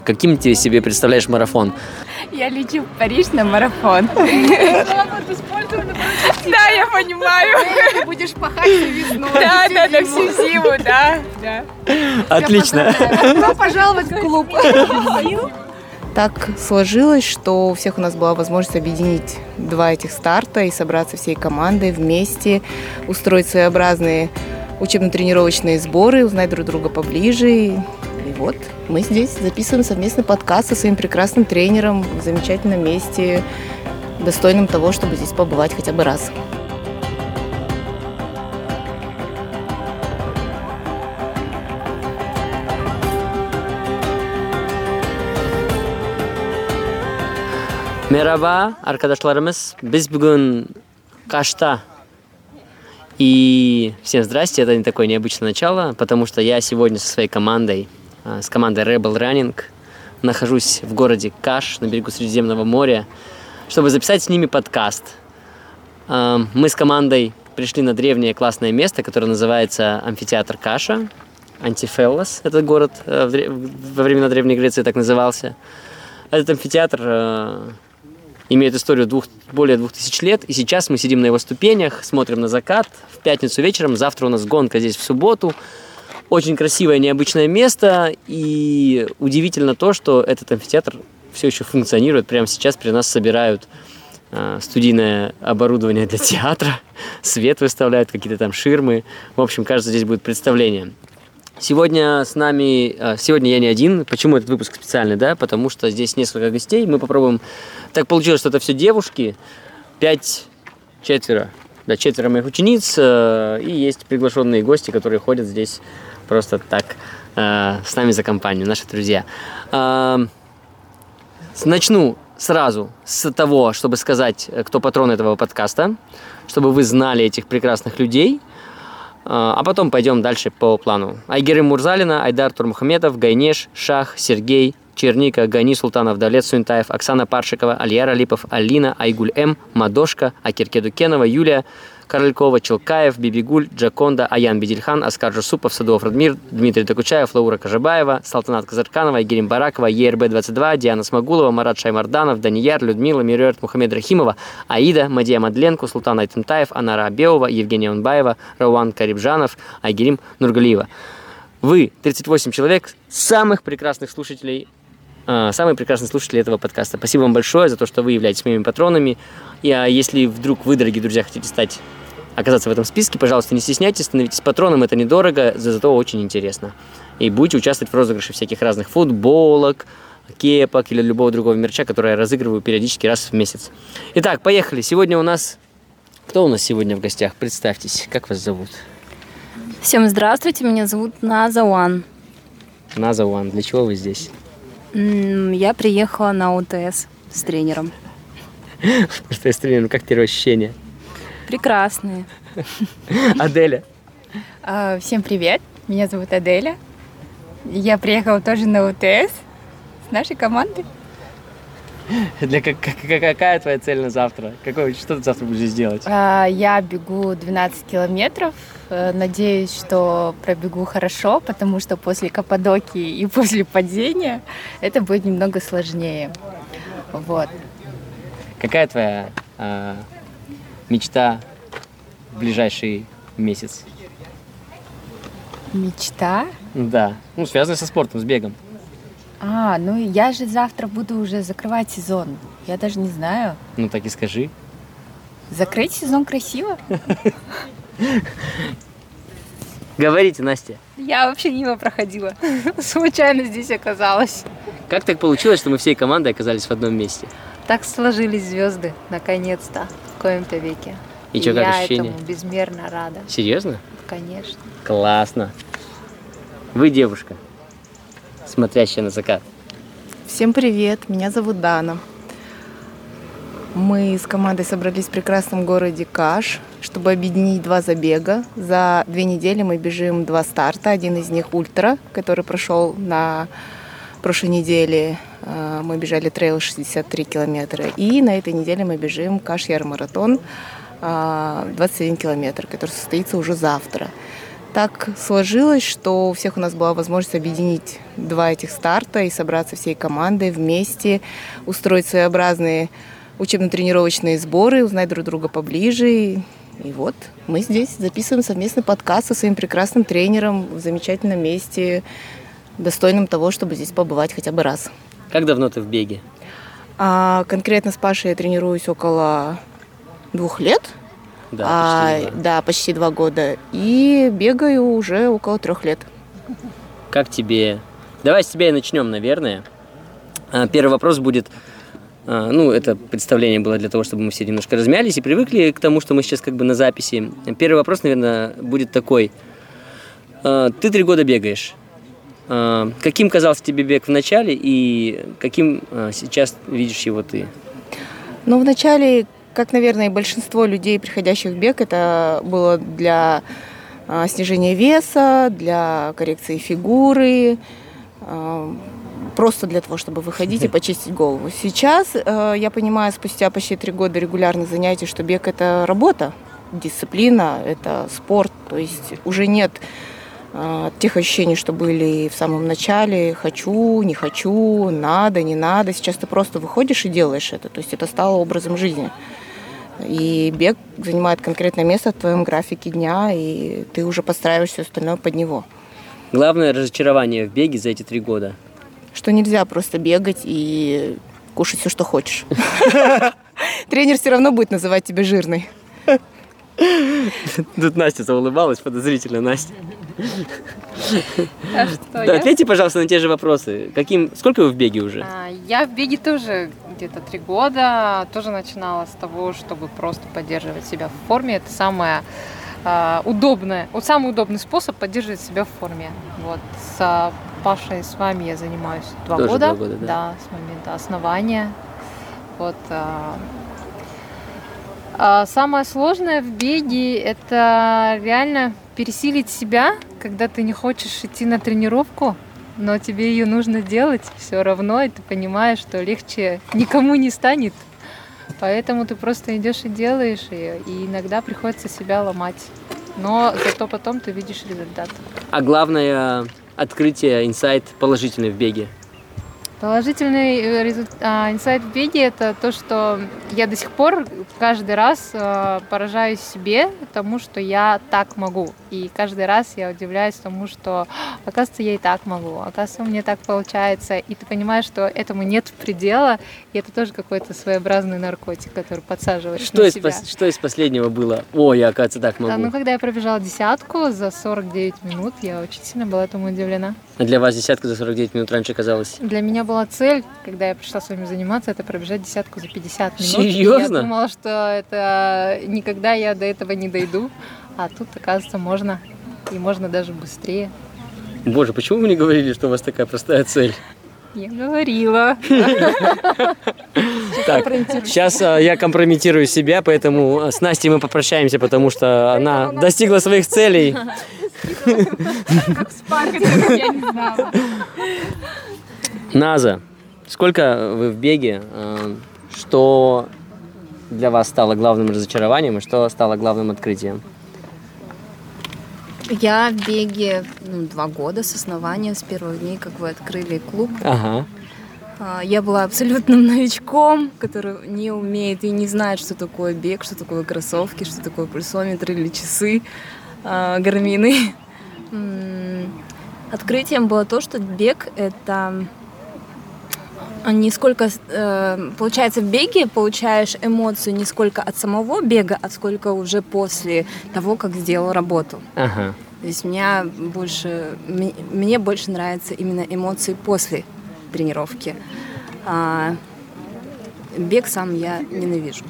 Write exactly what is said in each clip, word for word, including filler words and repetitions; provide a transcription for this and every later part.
Каким ты себе представляешь марафон? Я лечу в Париж на марафон. Да, я понимаю. Ты будешь пахать всю весну. Да, да, на всю зиму, да, да. Отлично. Добро пожаловать в клуб. Так сложилось, что у всех у нас была возможность объединить два этих старта и собраться всей командой вместе, устроить своеобразные учебно-тренировочные сборы, узнать друг друга поближе. И вот мы здесь записываем совместный подкаст со своим прекрасным тренером в замечательном месте, достойным того, чтобы здесь побывать хотя бы раз. Merhaba arkadaşlarımız. Biz bugün Кашта. И всем здрасте, это не такое необычное начало, потому что я сегодня со своей командой, с командой Rebel Running, нахожусь в городе Каш на берегу Средиземного моря, чтобы записать с ними подкаст. Мы с командой пришли на древнее классное место, которое называется амфитеатр Каша. Антифеллос, этот город во времена Древней Греции так назывался. Этот амфитеатр имеет историю двух, более двух тысяч лет, и сейчас мы сидим на его ступенях, смотрим на закат в пятницу вечером, завтра у нас гонка здесь в субботу. Очень красивое, необычное место, и удивительно то, что этот амфитеатр все еще функционирует. Прямо сейчас при нас собирают э, студийное оборудование для театра, свет выставляют, какие-то там ширмы. В общем, кажется, здесь будет представление. Сегодня с нами, сегодня я не один. Почему этот выпуск специальный, да? Потому что здесь несколько гостей. Мы попробуем. Так получилось, что это все девушки. Пять, четверо. Да, четверо моих учениц. И есть приглашенные гости, которые ходят здесь просто так с нами за компанию, наши друзья. Начну сразу с того, чтобы сказать, кто патрон этого подкаста, чтобы вы знали этих прекрасных людей. А потом пойдем дальше по плану. Айгерим Мурзалина, Айдар Турмухамедов, Гайнеш, Шах, Сергей, Черника, Гани Султанов, Далет Суинтаев, Оксана Паршикова, Альяр Алипов, Алина, Айгуль М, Мадошка, Акирке Дукенова, Юлия Королькова, Челкаев, Бибигуль, Джаконда, Аян Бедильхан, Аскар Жусупов, Садуов Радмир, Дмитрий Докучаев, Лаура Кажабаева, Салтанат Казарканова, Айгерим Баракова, ЕРБ двадцать два, Диана Смагулова, Марат Шаймарданов, Данияр, Людмила, Мируэрт Мухаммед Рахимова, Аида, Мадия Мадленко, Султан Айтентаев, Анара Абеова, Евгения Унбаева, Рауан Карибжанов, Айгерим Нургалиева. Вы, тридцать восемь человек, самых прекрасных слушателей, э, самые прекрасные слушатели этого подкаста. Спасибо вам большое за то, что вы являетесь моими патронами. И а если вдруг вы, дорогие друзья, хотите стать оказаться в этом списке, пожалуйста, не стесняйтесь, становитесь патроном, это недорого, зато очень интересно. И будете участвовать в розыгрыше всяких разных футболок, кепок или любого другого мерча, который я разыгрываю периодически раз в месяц. Итак, поехали. Сегодня у нас... Кто у нас сегодня в гостях? Представьтесь, как вас зовут? Всем здравствуйте, меня зовут Назауан. Назауан, для чего вы здесь? Я приехала на УТС с тренером. Что я с тренером, как первое ощущение? Прекрасные. Аделя. Всем привет, меня зовут Аделя. Я приехала тоже на УТС с нашей командой. Для, как, какая твоя цель на завтра? Какой, что ты завтра будешь здесь делать? Я бегу двенадцать километров. Надеюсь, что пробегу хорошо, потому что после Каппадокии и после падения это будет немного сложнее. Вот. Какая твоя а, мечта в ближайший месяц? Мечта? Да, ну связанная со спортом, с бегом. А, ну я же завтра буду уже закрывать сезон. Я даже не знаю. Ну так и скажи. Закрыть сезон красиво? Говорите, Настя. Я вообще мимо проходила. Случайно здесь оказалась. Как так получилось, что мы всей командой оказались в одном месте? Так сложились звезды, наконец-то, в коем-то веке. И, и что, как я ощущение? этому безмерно рада. Серьезно? Конечно. Классно. Вы девушка, смотрящая на закат. Всем привет, меня зовут Дана. Мы с командой собрались в прекрасном городе Каш, чтобы объединить два забега. За две недели мы бежим два старта. Один из них ультра, который прошел на прошлой неделе. Мы бежали трейл шестьдесят три километра. И на этой неделе мы бежим Каш-Яр-маратон двадцать один километр, который состоится уже завтра. Так сложилось, что у всех у нас была возможность объединить два этих старта и собраться всей командой вместе, устроить своеобразные учебно-тренировочные сборы, узнать друг друга поближе. И вот мы здесь записываем совместный подкаст со своим прекрасным тренером в замечательном месте, достойным того, чтобы здесь побывать хотя бы раз. Как давно ты в беге? А конкретно с Пашей я тренируюсь около двух лет. Да, а, почти два. да, почти два года. И бегаю уже около трех лет. Как тебе? Давай с тебя и начнем, наверное. А, Первый вопрос будет, а, ну, это представление было для того, чтобы мы все немножко размялись и привыкли к тому, что мы сейчас как бы на записи. Первый вопрос, наверное, будет такой. А, Ты три года бегаешь. А, Каким казался тебе бег в начале и каким а, сейчас видишь его ты? Ну, вначале, как, наверное, и большинство людей, приходящих в бег, это было для а, снижения веса, для коррекции фигуры, а, просто для того, чтобы выходить и почистить голову. Сейчас а, я понимаю, спустя почти три года регулярных занятий, что бег – это работа, дисциплина, это спорт. То есть уже нет а, тех ощущений, что были в самом начале. Хочу, не хочу, надо, не надо. Сейчас ты просто выходишь и делаешь это. То есть это стало образом жизни. И бег занимает конкретное место в твоем графике дня, и ты уже подстраиваешь все остальное под него. Главное разочарование в беге за эти три года? Что нельзя просто бегать и кушать все, что хочешь. Тренер все равно будет называть тебя жирной. Тут Настя заулыбалась подозрительно, Настя. А что, Да, я? ответьте, пожалуйста, на те же вопросы. Каким, сколько вы в беге уже? А, Я в беге тоже где-то три года. Тоже начинала с того, чтобы просто поддерживать себя в форме. Это самое а, удобное, вот самый удобный способ поддерживать себя в форме. Вот с Пашей, с вами я занимаюсь два Тоже года. два года, да. Да, с момента основания. Вот. а, а Самое сложное в беге – это реально пересилить себя, когда ты не хочешь идти на тренировку, но тебе ее нужно делать все равно, и ты понимаешь, что легче никому не станет. Поэтому ты просто идешь и делаешь, и, и иногда приходится себя ломать. Но зато потом ты видишь результат. А главное открытие, инсайт положительный в беге? Положительный э, результ- а, инсайт в беге – это то, что я до сих пор каждый раз э, поражаюсь себе тому, что я так могу. И каждый раз я удивляюсь тому, что, оказывается, я и так могу, оказывается, у меня так получается. И ты понимаешь, что этому нет предела, и это тоже какой-то своеобразный наркотик, который подсаживаешь Что на из, себя. пос- что из последнего было? О, я, оказывается, так Да, могу. ну, когда я пробежала десятку за сорок девять минут, я очень сильно была этому удивлена. А для вас десятка за сорок девять минут раньше казалось? Для меня была цель, когда я пришла с вами заниматься, это пробежать десятку за пятьдесят минут. Серьезно? И я думала, что это никогда я до этого не дойду. А тут, оказывается, можно. И можно даже быстрее. Боже, почему вы мне говорили, что у вас такая простая цель? Я говорила. Так, сейчас а, я компрометирую себя, поэтому с Настей мы попрощаемся, потому что она достигла своих целей. Как спаркать, я не знала. Наза, сколько вы в беге? а, Что для вас стало главным разочарованием и что стало главным открытием? Я в беге ну, два года с основания, с первых дней, как вы открыли клуб. Ага. А, Я была абсолютным новичком, который не умеет и не знает, что такое бег, что такое кроссовки, что такое пульсометр или часы, а, гармины. М, Открытием было то, что бег — это не сколько, э, получается, в беге получаешь эмоцию не сколько от самого бега, а сколько уже после того, как сделал работу. Ага. То есть меня больше, мне, мне больше нравятся именно эмоции после тренировки. А бег сам я ненавижу.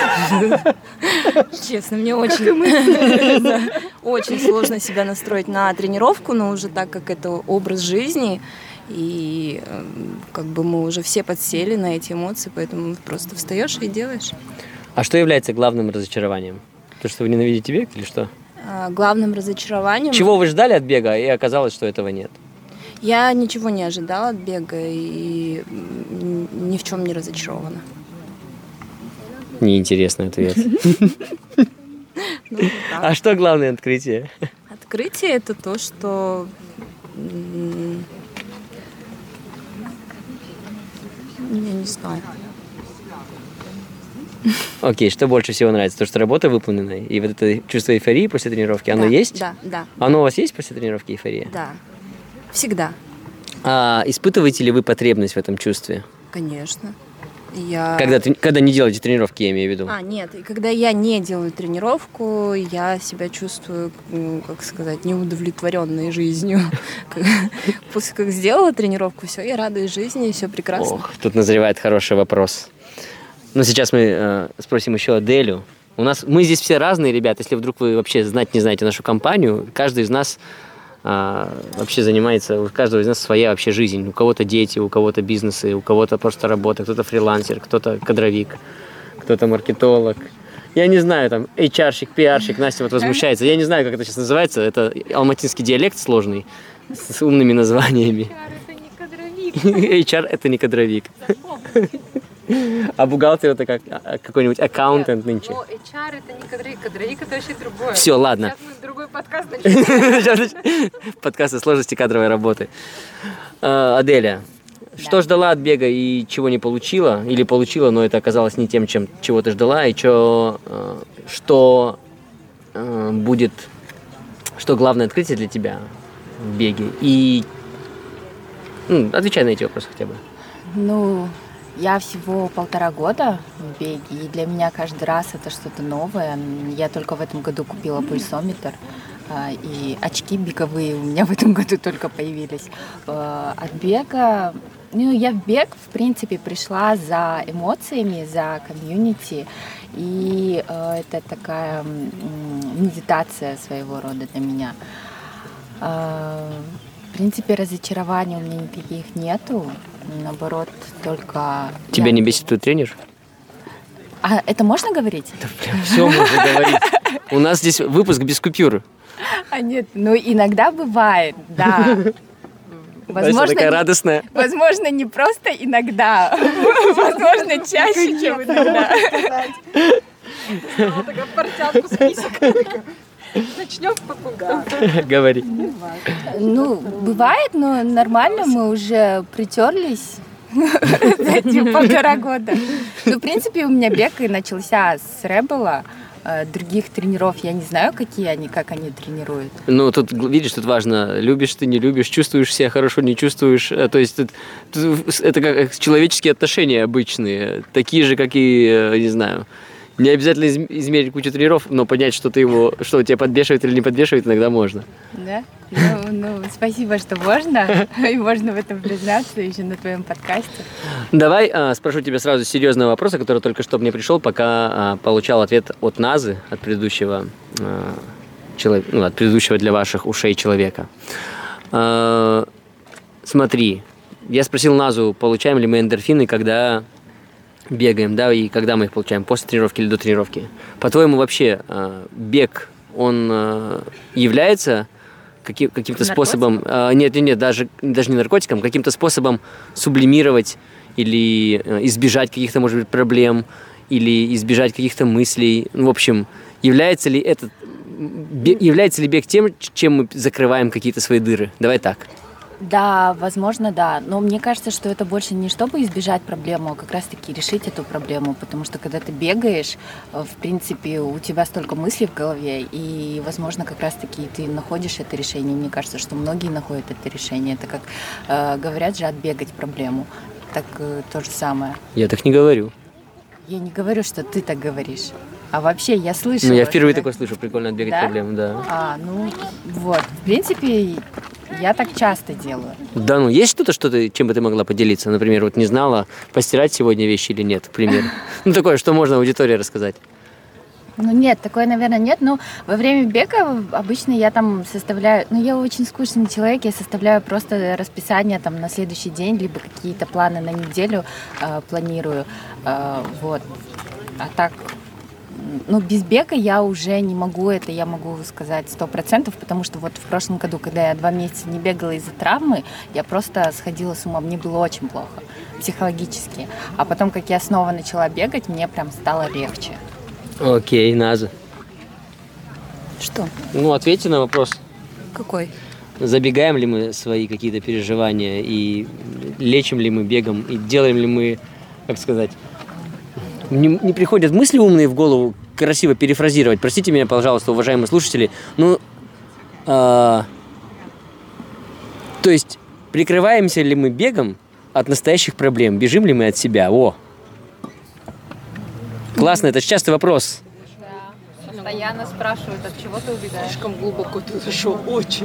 Честно, мне очень, да, очень сложно себя настроить на тренировку, но уже так как это образ жизни, и э, как бы мы уже все подсели на эти эмоции, поэтому просто встаешь и делаешь. А что является главным разочарованием? То, что вы ненавидите бег или что? А, главным разочарованием... Чего вы ждали от бега, и оказалось, что этого нет? Я ничего не ожидала от бега и м, ни в чем не разочарована. Неинтересный ответ. А что главное открытие? открытие это то, что м, я не знаю. Окей, что больше всего нравится? То, что работа выполнена, и вот это чувство эйфории после тренировки, оно Да, есть? Да, да, Оно у вас есть после тренировки эйфория? да. Всегда, А испытываете ли вы потребность в этом чувстве? конечно. Я... Когда, ты- когда не делаете тренировки, я имею в виду. А, нет, и когда я не делаю тренировку, я себя чувствую, ну, как сказать, неудовлетворенной жизнью. После как сделала тренировку, все, я радуюсь жизни, все прекрасно. Ох, тут назревает хороший вопрос. Ну, сейчас мы э, спросим еще Аделю. У нас, мы здесь все разные, ребят. Если вдруг вы вообще знать не знаете нашу компанию, каждый из нас э, вообще занимается, у каждого из нас своя вообще жизнь. У кого-то дети, у кого-то бизнесы, у кого-то просто работа, кто-то фрилансер, кто-то кадровик, кто-то маркетолог. Я не знаю, там, эйч ар-щик, пи ар-щик, Настя вот возмущается. Я не знаю, как это сейчас называется. Это алматинский диалект сложный, с умными названиями. эйч ар – это не кадровик. А бухгалтер это как а, какой-нибудь аккаунтент нынче. Ну, эйч ар это не кадровик, кадровик это вообще другое. Все, ладно. Сейчас мы другой подкаст начнем. Сейчас нач- Подкаст о сложности кадровой работы. А, Аделя, что ждала от бега и чего не получила? Или получила, но это оказалось не тем, чем, чего ты ждала? И чё, э, что э, будет, что главное открытие для тебя в беге? И ну, отвечай на эти вопросы хотя бы. Ну, я всего полтора года в беге, и для меня каждый раз это что-то новое. Я только в этом году купила пульсометр, а, и очки беговые у меня в этом году только появились. А, От бега, ну, я в бег, в принципе, пришла за эмоциями, за комьюнити, и а, это такая м, медитация своего рода для меня. А, В принципе, разочарований у меня никаких нету. Наоборот, только... Тебя я- не бесит твой тренер? А это можно говорить? Все можно говорить. У нас здесь выпуск без купюр. А нет, ну иногда бывает, да. Настя Возможно, такая не- радостная. возможно, не просто иногда, возможно, чаще, чем иногда. Такая портянку список. Начнем с попугая. Говори. Ну, бывает, но нормально, мы уже притерлись за эти полтора года. Ну, в принципе, у меня бег и начался с Рэббела. Э, Других тренеров я не знаю, какие они, как они тренируют. Ну, тут, видишь, тут важно, любишь ты, не любишь, чувствуешь себя хорошо, не чувствуешь. Э, То есть тут- тут это как человеческие отношения обычные, такие же, как и, э, не знаю, не обязательно изм- измерить кучу тренеров, но понять, что ты его, что тебя подбешивает или не подбешивает, иногда можно. Да? Ну, ну, спасибо, что можно. И можно в этом признаться еще на твоем подкасте. Давай а, спрошу тебя сразу серьезного вопроса, который только что мне пришел, пока а, получал ответ от Назы, от предыдущего, а, чело- ну, от предыдущего для ваших ушей человека. А, смотри, я спросил Назу, получаем ли мы эндорфины, когда бегаем, да, и когда мы их получаем, после тренировки или до тренировки. По-твоему, вообще а, бег, он а, является каким- каким-то Наркотиком? способом, а, нет, нет, нет, даже, даже не наркотиком, каким-то способом сублимировать или э, избежать каких-то, может быть, проблем, или избежать каких-то мыслей. Ну, в общем, является ли это, бе- является ли бег тем, чем мы закрываем какие-то свои дыры? Давай так. Да, возможно, да. Но мне кажется, что это больше не чтобы избежать проблему, а как раз-таки решить эту проблему. Потому что когда ты бегаешь, э, в принципе, у тебя столько мыслей в голове, и, возможно, как раз-таки ты находишь это решение. Мне кажется, что многие находят это решение. Это как э, говорят же, отбегать проблему. Так э, то же самое. Я так не говорю. Я не говорю, что ты так говоришь. А вообще, я слышала... Ну, я впервые что- такое слышу, прикольно отбегать Да? проблему, да. А, ну, вот. В принципе, я так часто делаю. Да, ну, есть что-то, что ты, чем бы ты могла поделиться? Например, вот не знала, постирать сегодня вещи или нет, к примеру. Ну, такое, что можно аудитории рассказать. Ну нет, такое, наверное, нет. Но во время бега обычно я там составляю... Ну, я очень скучный человек, я составляю просто расписание там на следующий день, либо какие-то планы на неделю э, планирую. Э, вот. А так... Ну, без бега я уже не могу это, я могу сказать сто процентов, потому что вот в прошлом году, когда я два месяца не бегала из-за травмы, я просто сходила с ума, мне было очень плохо психологически. А потом, как я снова начала бегать, мне прям стало легче. Окей, Наза. Что? Ну, ответьте на вопрос. Какой? Забегаем ли мы свои какие-то переживания и лечим ли мы бегом, и делаем ли мы, как сказать, не, не приходят мысли умные в голову красиво перефразировать. Простите меня, пожалуйста, уважаемые слушатели. Ну, а, то есть, прикрываемся ли мы бегом от настоящих проблем? Бежим ли мы от себя? О! Классно, это частый вопрос. Постоянно спрашивают, от чего ты убегаешь? Слишком глубоко ты зашел, очень.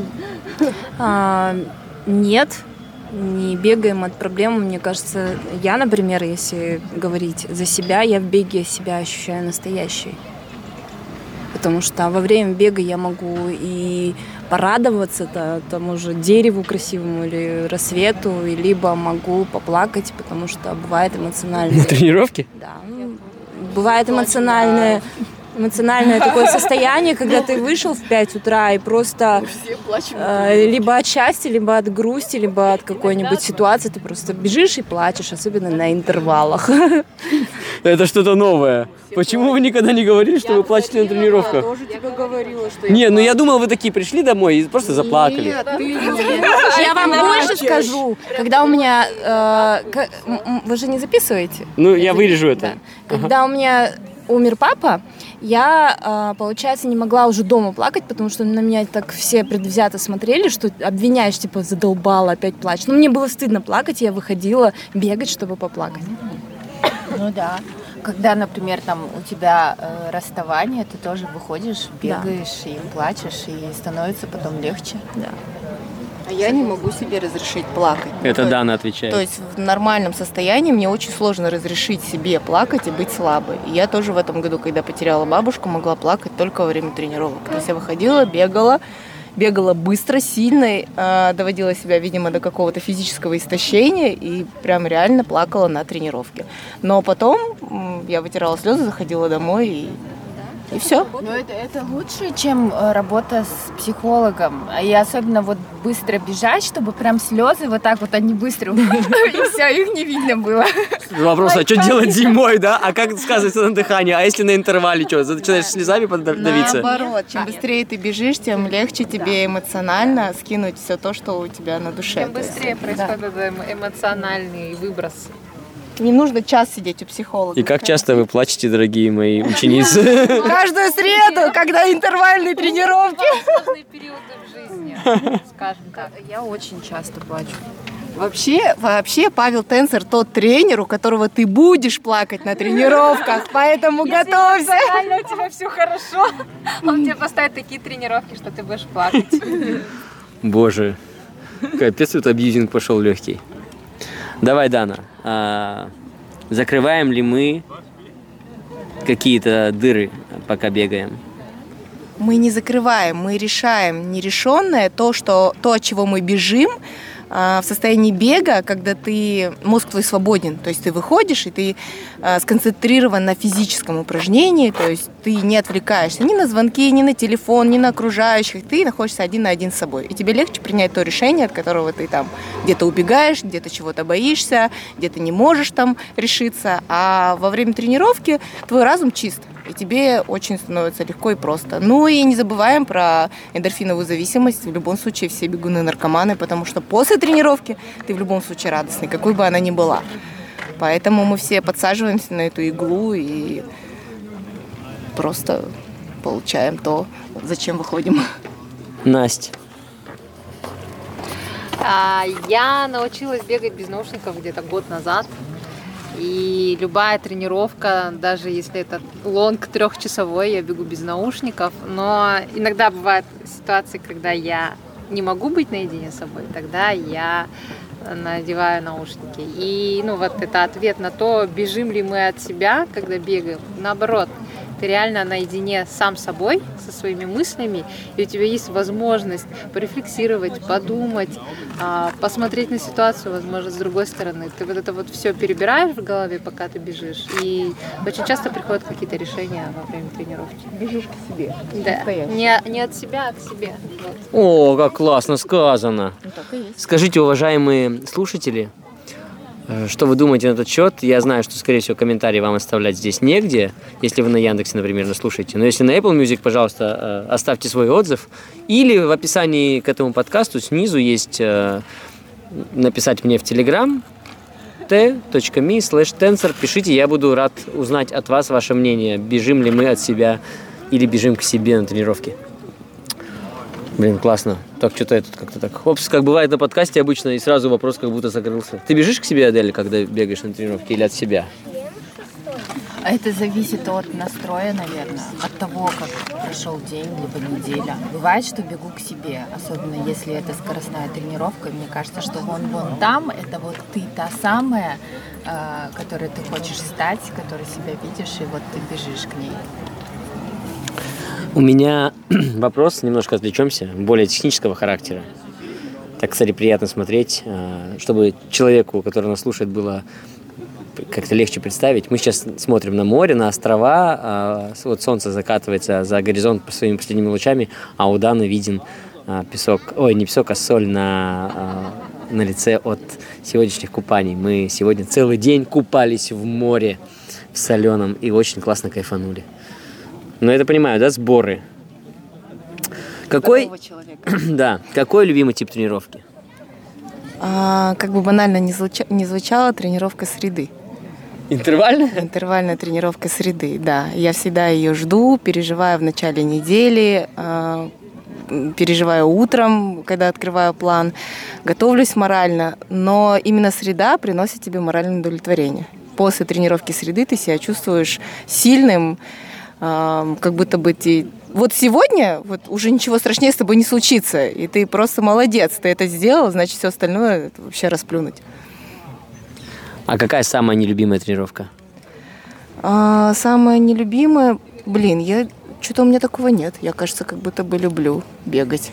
А, нет, не бегаем от проблем. Мне кажется, я, например, если говорить за себя, я в беге себя ощущаю настоящей. Потому что во время бега я могу и порадоваться -то, тому же дереву красивому или рассвету, и либо могу поплакать, потому что бывает эмоционально. На тренировке? Да, ну, бывает эмоциональное, эмоциональное такое состояние, когда ты вышел в пять утра и просто э, либо от счастья, либо от грусти, либо от какой-нибудь ситуации ты просто бежишь и плачешь, особенно на интервалах. Это что-то новое. Почему вы никогда не говорили, что вы плачете на тренировках? Я тоже тебе говорила, что Не, ну я думал, вы такие пришли домой и просто заплакали. Нет, ты нет. Я вам больше скажу, когда у меня... э, к- м- м, вы же не записываете? Ну, я вырежу это. Да. Когда у меня умер папа, я, а, получается, не могла уже дома плакать, потому что на меня так все предвзято смотрели, что обвиняешь, типа, задолбала, опять плачешь. Но мне было стыдно плакать, и я выходила бегать, чтобы поплакать. Ну да. Когда, например, там у тебя э, расставание, ты тоже выходишь, Да. бегаешь и плачешь, и становится потом легче. Да. А я не могу себе разрешить плакать. Это То- Дана отвечает. То есть в нормальном состоянии мне очень сложно разрешить себе плакать и быть слабой. И я тоже в этом году, когда потеряла бабушку, могла плакать только во время тренировок. То есть я выходила, бегала, бегала быстро, сильно, э, доводила себя, видимо, до какого-то физического истощения и прям реально плакала на тренировке. Но потом м, я вытирала слезы, заходила домой и, и все. Но это, это лучше, чем э, работа с психологом. И особенно вот быстро бежать, чтобы прям слезы вот так вот они быстро и все, их не видно было. Вопрос, а что делать зимой, да? А как сказывается на дыхании? А если на интервале что, начинаешь слезами подавиться? Наоборот, чем быстрее ты бежишь, тем легче тебе эмоционально скинуть все то, что у тебя на душе. Тем То есть, быстрее да. происходит эмо- эмоциональный выброс. Не нужно час сидеть у психолога. И как часто вы плачете, дорогие мои ученицы? Каждую среду, когда интервальные тренировки. Сложные периоды в жизни, скажем так. Я очень часто плачу. Вообще, вообще Павел Тенцер тот тренер, у которого ты будешь плакать на тренировках, поэтому готовься. Эмоционально у тебя все хорошо, он тебе поставит такие тренировки, что ты будешь плакать. Боже, капец, тут абьюзинг пошел легкий. Давай, Дана, а, закрываем ли мы какие-то дыры, пока бегаем? Мы не закрываем, мы решаем нерешенное, то, что, то, от чего мы бежим, а, в состоянии бега, когда ты, мозг твой свободен, то есть ты выходишь и ты а, сконцентрирован на физическом упражнении, то есть ты не отвлекаешься ни на звонки, ни на телефон, ни на окружающих, ты находишься один на один с собой. И тебе легче принять то решение, от которого ты там где-то убегаешь, где-то чего-то боишься, где-то не можешь там решиться, а во время тренировки твой разум чист. И тебе очень становится легко и просто. Ну и не забываем про эндорфиновую зависимость. В любом случае все бегуны наркоманы, потому что после тренировки ты в любом случае радостный, какой бы она ни была. Поэтому мы все подсаживаемся на эту иглу и просто получаем то, зачем выходим. Настя. А, Я научилась бегать без наушников где-то год назад. И любая тренировка, даже если это лонг трехчасовой, я бегу без наушников. Но иногда бывают ситуации, когда я не могу быть наедине с собой, тогда я надеваю наушники. И ну вот это ответ на то, бежим ли мы от себя, когда бегаем. Наоборот, ты реально наедине сам с собой, со своими мыслями, и у тебя есть возможность порефлексировать, подумать, посмотреть на ситуацию, возможно, с другой стороны. Ты вот это вот все перебираешь в голове, пока ты бежишь, и очень часто приходят какие-то решения во время тренировки. Бежишь к себе. Да. Не, не от себя, а к себе. Вот. О, как классно сказано. Ну, так и есть. Скажите, уважаемые слушатели, Что вы думаете на этот счет? Я знаю, что, скорее всего, комментарии вам оставлять здесь негде, если вы на Яндексе, например, нас слушаете. Но если на Apple Music, пожалуйста, оставьте свой отзыв. Или в описании к этому подкасту снизу есть написать мне в Telegram t.me slash tensor. Пишите, я буду рад узнать от вас ваше мнение. Бежим ли мы от себя или бежим к себе на тренировке. Блин, классно. Так, что-то это как-то так. Опс, как бывает на подкасте обычно, и сразу вопрос как будто закрылся. Ты бежишь к себе, Адель, когда бегаешь на тренировке, или от себя? Это зависит от настроя, наверное, от того, как прошел день, либо неделя. Бывает, что бегу к себе, особенно если это скоростная тренировка. Мне кажется, что вон вон там, это вот ты та самая, э, которой ты хочешь стать, которой себя видишь, и вот ты бежишь к ней. У меня вопрос, немножко отвлечемся, более технического характера. Так, кстати, приятно смотреть, чтобы человеку, который нас слушает, было как-то легче представить. Мы сейчас смотрим на море, на острова, вот солнце закатывается за горизонт по своими последними лучами, а у Даны виден песок, ой, не песок, а соль на, на лице от сегодняшних купаний. Мы сегодня целый день купались в море в соленом и очень классно кайфанули. Ну, это понимаю, да, сборы. Какой, да, какой любимый тип тренировки? А, как бы банально не, звуча, не звучало, тренировка среды. Интервальная? Интервальная тренировка среды, да. Я всегда ее жду, переживаю в начале недели, э, переживаю утром, когда открываю план, готовлюсь морально, но именно среда приносит тебе моральное удовлетворение. После тренировки среды ты себя чувствуешь сильным, э, как будто бы ты... Вот сегодня вот уже ничего страшнее с тобой не случится, и ты просто молодец, ты это сделал, значит, все остальное это вообще расплюнуть. А какая самая нелюбимая тренировка? А, самая нелюбимая... Блин, я... Что-то у меня такого нет. Я, кажется, как будто бы люблю бегать.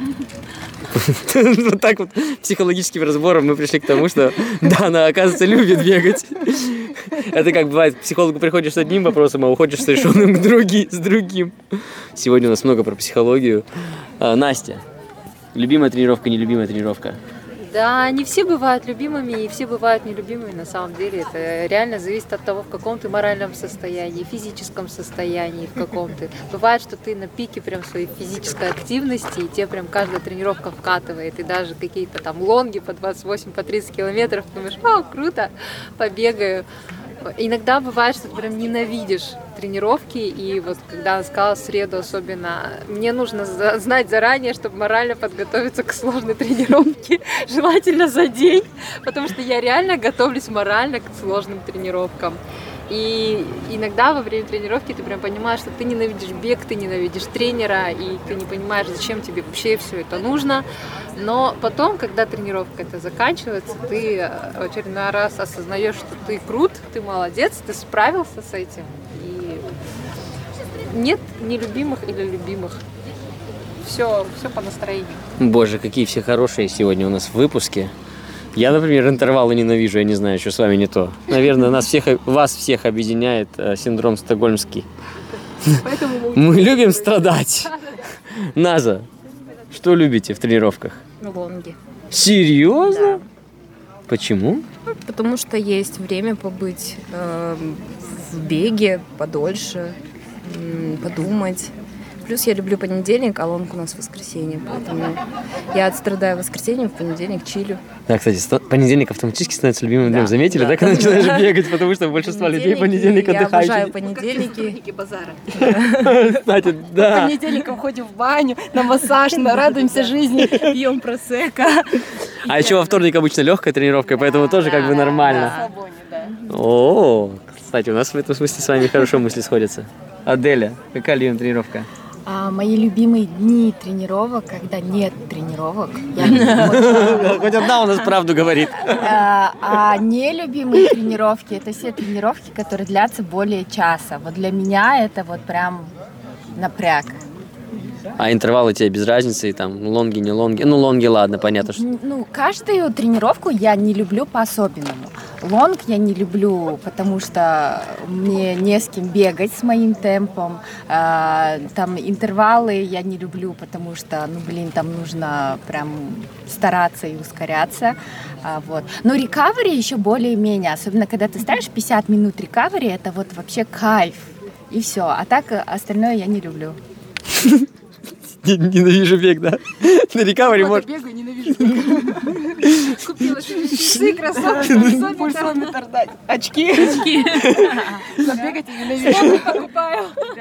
Вот так вот психологическим разбором мы пришли к тому, что да, она, оказывается, любит бегать. Это как бывает, к психологу приходишь с одним вопросом, а уходишь совершенно к други, с другим. Сегодня у нас много про психологию. А, Настя, любимая тренировка, нелюбимая тренировка? Да, не все бывают любимыми, и все бывают нелюбимыми на самом деле. Это реально зависит от того, в каком ты моральном состоянии, физическом состоянии, в каком ты. Бывает, что ты на пике прям своей физической активности, и тебе прям каждая тренировка вкатывает, и даже какие-то там лонги по двадцать восемь, по тридцать километров, думаешь, о, круто, побегаю. Иногда бывает, что ты прям ненавидишь тренировки, и вот когда она сказала в среду особенно, мне нужно за- знать заранее, чтобы морально подготовиться к сложной тренировке, желательно за день, потому что я реально готовлюсь морально к сложным тренировкам. И иногда во время тренировки ты прям понимаешь, что ты ненавидишь бег, ты ненавидишь тренера, и ты не понимаешь, зачем тебе вообще все это нужно. Но потом, когда тренировка это заканчивается, ты в очередной раз осознаешь, что ты крут, ты молодец, ты справился с этим. И нет нелюбимых или любимых. Все, все по настроению. Боже, какие все хорошие сегодня у нас в выпуске. Я, например, интервалы ненавижу, я не знаю, что с вами не то. Наверное, нас всех, вас всех объединяет э, синдром стокгольмский. Мы любим страдать. Наза, что любите в тренировках? Лонги. Серьезно? Почему? Потому что есть время побыть э, в беге подольше, м, подумать. Плюс я люблю понедельник, а лонг у нас в воскресенье, поэтому я отстрадаю в воскресенье, в понедельник чилю. Да, кстати, сто- понедельник автоматически становится любимым Да, днем. Заметили, да, да. когда начинаешь бегать, потому что большинство людей понедельник Я обожаю отдыхают. понедельники. базара. Кстати, По да. понедельникам ходим в баню, на массаж, на- радуемся жизни, пьем просекко. А еще во вторник обычно легкая тренировка, поэтому тоже как бы нормально. Свободе, да. О, кстати, у нас в этом смысле с вами хорошо мысли сходятся. Аделя, какая любимая тренировка? А мои любимые дни тренировок, когда нет тренировок, я не Хоть одна у нас правду говорит. А, а нелюбимые тренировки — это все тренировки, которые длятся более часа. Вот для меня это вот прям напряг. А интервалы тебе без разницы, там, лонги, не лонги? Ну, лонги, ладно, понятно. Что... Н- Ну, каждую тренировку я не люблю по-особенному. Лонг я не люблю, потому что мне не с кем бегать с моим темпом. А, там интервалы я не люблю, потому что, ну, блин, там нужно прям стараться и ускоряться. А, вот. Но рекавери еще более-менее, особенно когда ты ставишь пятьдесят минут рекавери, это вот вообще кайф. И все. А так остальное я не люблю. Ненавижу бег, да? На рекавери может... бегаю, ненавижу бег. Купила себе часы, кроссовки, пульсометр дать. Очки. Очки. Забегать и ненавижу. Покупаю.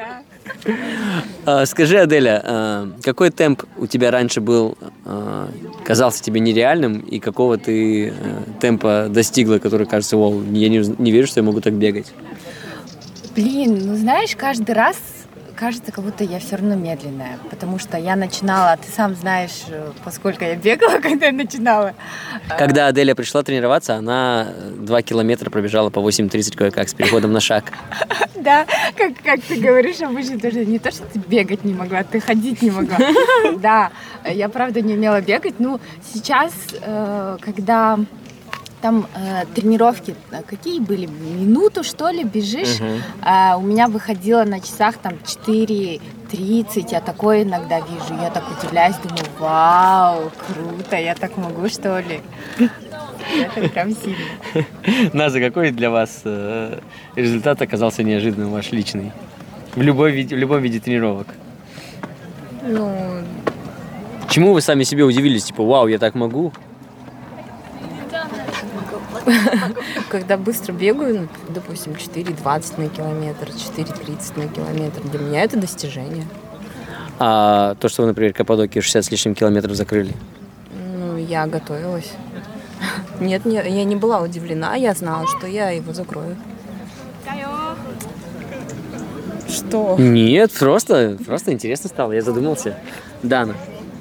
А, скажи, Аделя, а, какой темп у тебя раньше был, а, казался тебе нереальным, и какого ты а, темпа достигла, который кажется, вау, я не, не верю, что я могу так бегать? Блин, ну знаешь, каждый раз кажется, как будто я все равно медленная, потому что я начинала, ты сам знаешь, поскольку я бегала, когда я начинала. Когда Аделя пришла тренироваться, она два километра пробежала по восемь тридцать кое-как с переходом на шаг. Да, как, как ты говоришь обычно, тоже не то, что ты бегать не могла, ты ходить не могла. Да, я правда не умела бегать. Ну, сейчас, когда там э, тренировки какие были? Минуту, что ли, бежишь? Uh-huh. А, у меня выходило на часах там четыре тридцать, я такое иногда вижу. Я так удивляюсь, думаю, вау, круто, я так могу, что ли? Это прям сильно. Наза, какой для вас э, результат оказался неожиданным, ваш личный? В, любой виде, в любом виде тренировок? Ну... Чему вы сами себе удивились? Типа, вау, я так могу? Когда быстро бегаю, ну, допустим, четыре двадцать на километр, четыре тридцать на километр, для меня это достижение. А то, что вы, например, Каппадокию шестьдесят с лишним километров закрыли? Ну, я готовилась. Нет, не, я не была удивлена, я знала, что я его закрою. Что? Нет, просто, просто интересно стало, я задумался. Дана.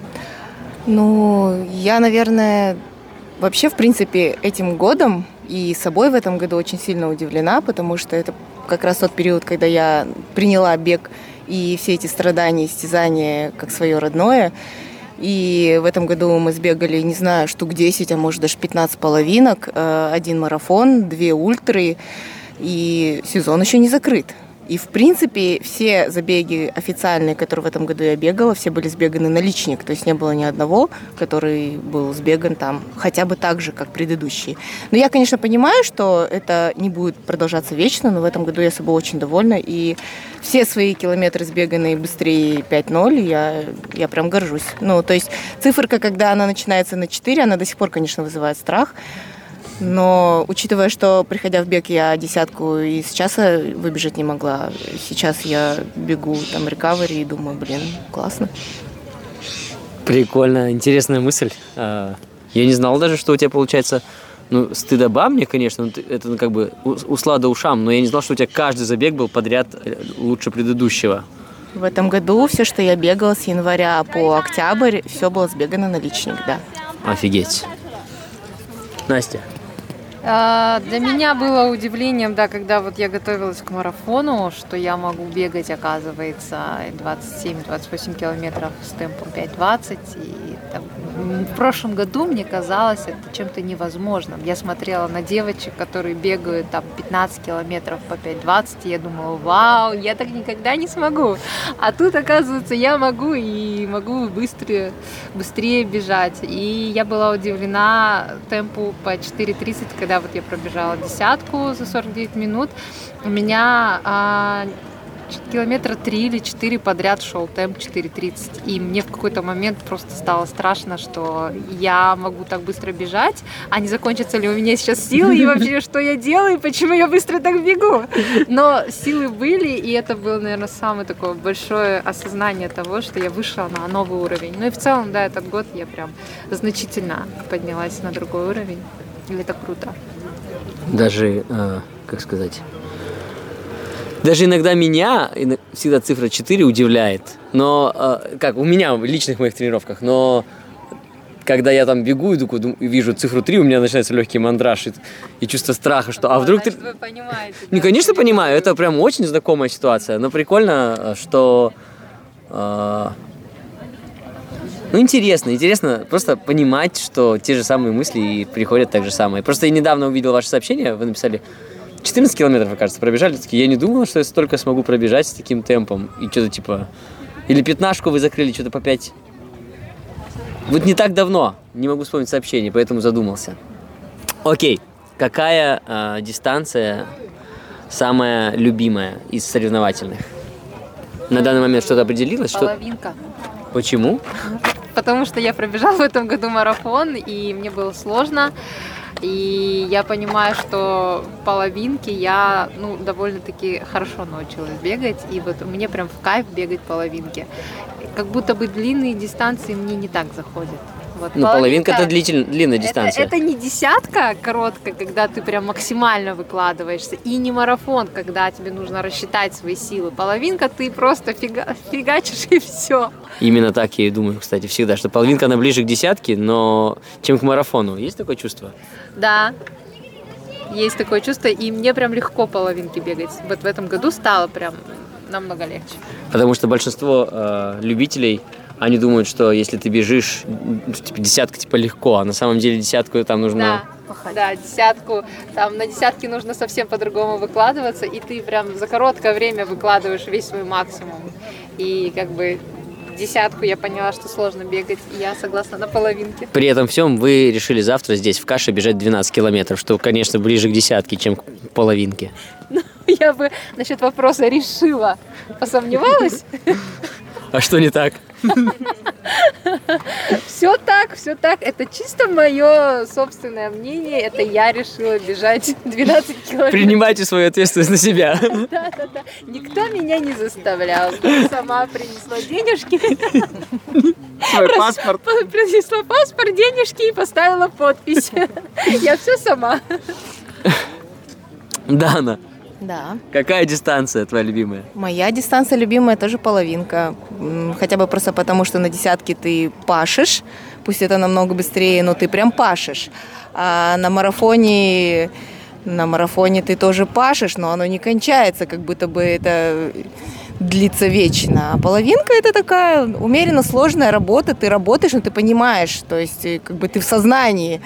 Ну, я, наверное... Вообще, в принципе, этим годом и собой в этом году очень сильно удивлена, потому что это как раз тот период, когда я приняла бег и все эти страдания, истязания как свое родное. И в этом году мы сбегали, не знаю, штук десять, а может даже пятнадцать половинок, один марафон, две ультры, и сезон еще не закрыт. И, в принципе, все забеги официальные, которые в этом году я бегала, все были сбеганы на личник. То есть не было ни одного, который был сбеган там хотя бы так же, как предыдущие. Но я, конечно, понимаю, что это не будет продолжаться вечно, но в этом году я собой очень довольна. И все свои километры сбеганные быстрее пять ноль, я, я прям горжусь. Ну, то есть циферка, когда она начинается на четыре, она до сих пор, конечно, вызывает страх. Но, учитывая, что, приходя в бег, я десятку из часа выбежать не могла, сейчас я бегу там рекавери и думаю, блин, классно. Прикольно, интересная мысль. Я не знал даже, что у тебя получается, ну, стыдоба мне, конечно, это ну, как бы услада ушам, но я не знал, что у тебя каждый забег был подряд лучше предыдущего. В этом году все, что я бегала с января по октябрь, все было сбегано на личник, да. Офигеть. Настя. Для меня было удивлением, да, когда вот я готовилась к марафону, что я могу бегать, оказывается, двадцать семь - двадцать восемь километров с темпом пять двадцать. И там, в прошлом году мне казалось это чем-то невозможным. Я смотрела на девочек, которые бегают там пятнадцать километров по пять двадцать, и я думала, вау, я так никогда не смогу. А тут, оказывается, я могу и могу быстрее, быстрее бежать. И я была удивлена темпу по четыре тридцать, когда вот я пробежала десятку за сорок девять минут, у меня а, километра три или четыре подряд шел темп четыре тридцать. И мне в какой-то момент просто стало страшно, что я могу так быстро бежать, а не закончатся ли у меня сейчас силы, и вообще, что я делаю, и почему я быстро так бегу. Но силы были, и это было, наверное, самое такое большое осознание того, что я вышла на новый уровень. Ну и в целом, да, этот год я прям значительно поднялась на другой уровень. И это круто. Даже, э, как сказать, даже иногда меня всегда цифра четыре удивляет. Но, э, как, у меня в личных моих тренировках, но когда я там бегу и, и вижу цифру три, у меня начинается легкий мандраж и, и чувство страха, что, а вдруг ты... Вы понимаете, ну, да? конечно, понимаю, это прям очень знакомая ситуация, но прикольно, что... Э, Ну, интересно, интересно просто понимать, что те же самые мысли и приходят так же самое. Просто я недавно увидел ваше сообщение, вы написали четырнадцать километров, вы, кажется, пробежали. Такие, я не думала, что я столько смогу пробежать с таким темпом. И что-то типа... Или пятнашку вы закрыли, что-то по пять. Вот не так давно, не могу вспомнить сообщение, поэтому задумался. Окей, какая э, дистанция самая любимая из соревновательных? На данный момент что-то определилось? Половинка. Что... Почему? Потому что я пробежала в этом году марафон, и мне было сложно. И я понимаю, что в половинке я, ну, довольно-таки хорошо научилась бегать. И вот мне прям в кайф бегать половинки. Как будто бы длинные дистанции мне не так заходят. Вот, ну, половинка, половинка это длитель, длинная дистанция. Это, это не десятка короткая, когда ты прям максимально выкладываешься, и не марафон, когда тебе нужно рассчитать свои силы. Половинка ты просто фига, фигачишь и все. Именно так я и думаю, кстати, всегда, что половинка она ближе к десятке, но чем к марафону. Есть такое чувство? Да, есть такое чувство, и мне прям легко половинки бегать. Вот в этом году стало прям намного легче. Потому что большинство э, любителей, они думают, что если ты бежишь, типа, десятка типа легко, а на самом деле десятку там нужно... Да, да, десятку, там на десятке нужно совсем по-другому выкладываться, и ты прям за короткое время выкладываешь весь свой максимум. И как бы десятку я поняла, что сложно бегать, и я согласна на половинке. При этом всем вы решили завтра здесь в Каше бежать двенадцать километров, что, конечно, ближе к десятке, чем к половинке. Ну, я бы насчет вопроса решила, посомневалась. А что не так? Все так, все так. Это чисто мое собственное мнение. Это я решила бежать двенадцать километров. Принимайте свою ответственность на себя. Да, да, да. Никто меня не заставлял. Я сама принесла денежки. Свой паспорт. Принесла паспорт, денежки и поставила подпись. Я все сама. Дана. Да. Какая дистанция твоя любимая? Моя дистанция любимая тоже половинка. Хотя бы просто потому, что на десятке ты пашешь. Пусть это намного быстрее, но ты прям пашешь. А на марафоне, на марафоне ты тоже пашешь, но оно не кончается, как будто бы это длится вечно. А половинка это такая умеренно сложная работа. Ты работаешь, но ты понимаешь, то есть как бы ты в сознании.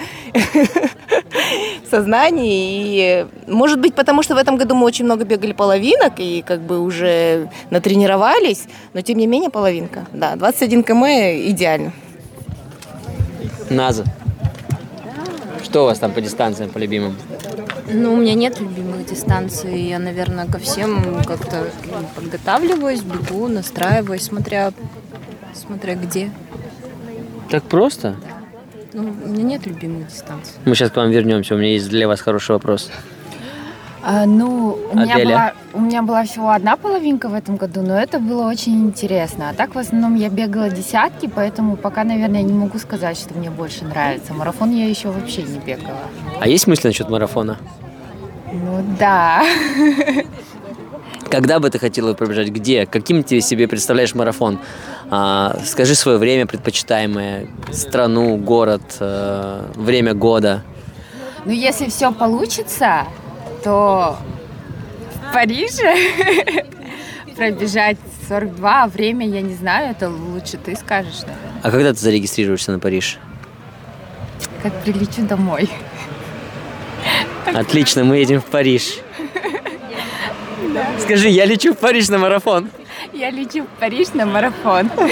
В сознании. И, может быть, потому что в этом году мы очень много бегали половинок и как бы уже натренировались, но тем не менее половинка. Да, двадцать один километр идеально. Наза. Что у вас там по дистанциям, по любимым? Ну, у меня нет любимых дистанций. Я, наверное, ко всем как-то подготавливаюсь, бегу, настраиваюсь, смотря, смотря где. Так просто? Ну, у меня нет любимых дистанций. Мы сейчас к вам вернемся. У меня есть для вас хороший вопрос. А, ну, у меня, Аделя? была, у меня была всего одна половинка в этом году, но это было очень интересно. А так, в основном, я бегала десятки, поэтому пока, наверное, не могу сказать, что мне больше нравится. Марафон я еще вообще не бегала. А есть мысли насчет марафона? Ну, да. Когда бы ты хотела пробежать? Где? Каким ты себе представляешь марафон? А, скажи свое время предпочитаемое, страну, город, э, время года. Ну, если все получится, то в Париже пробежать сорок два, а время я не знаю, это лучше ты скажешь, наверное. А когда ты зарегистрируешься на Париж? Как прилечу домой. Отлично, мы едем в Париж. Скажи, я лечу в Париж на марафон. Я лечу в Париж на марафон. Да,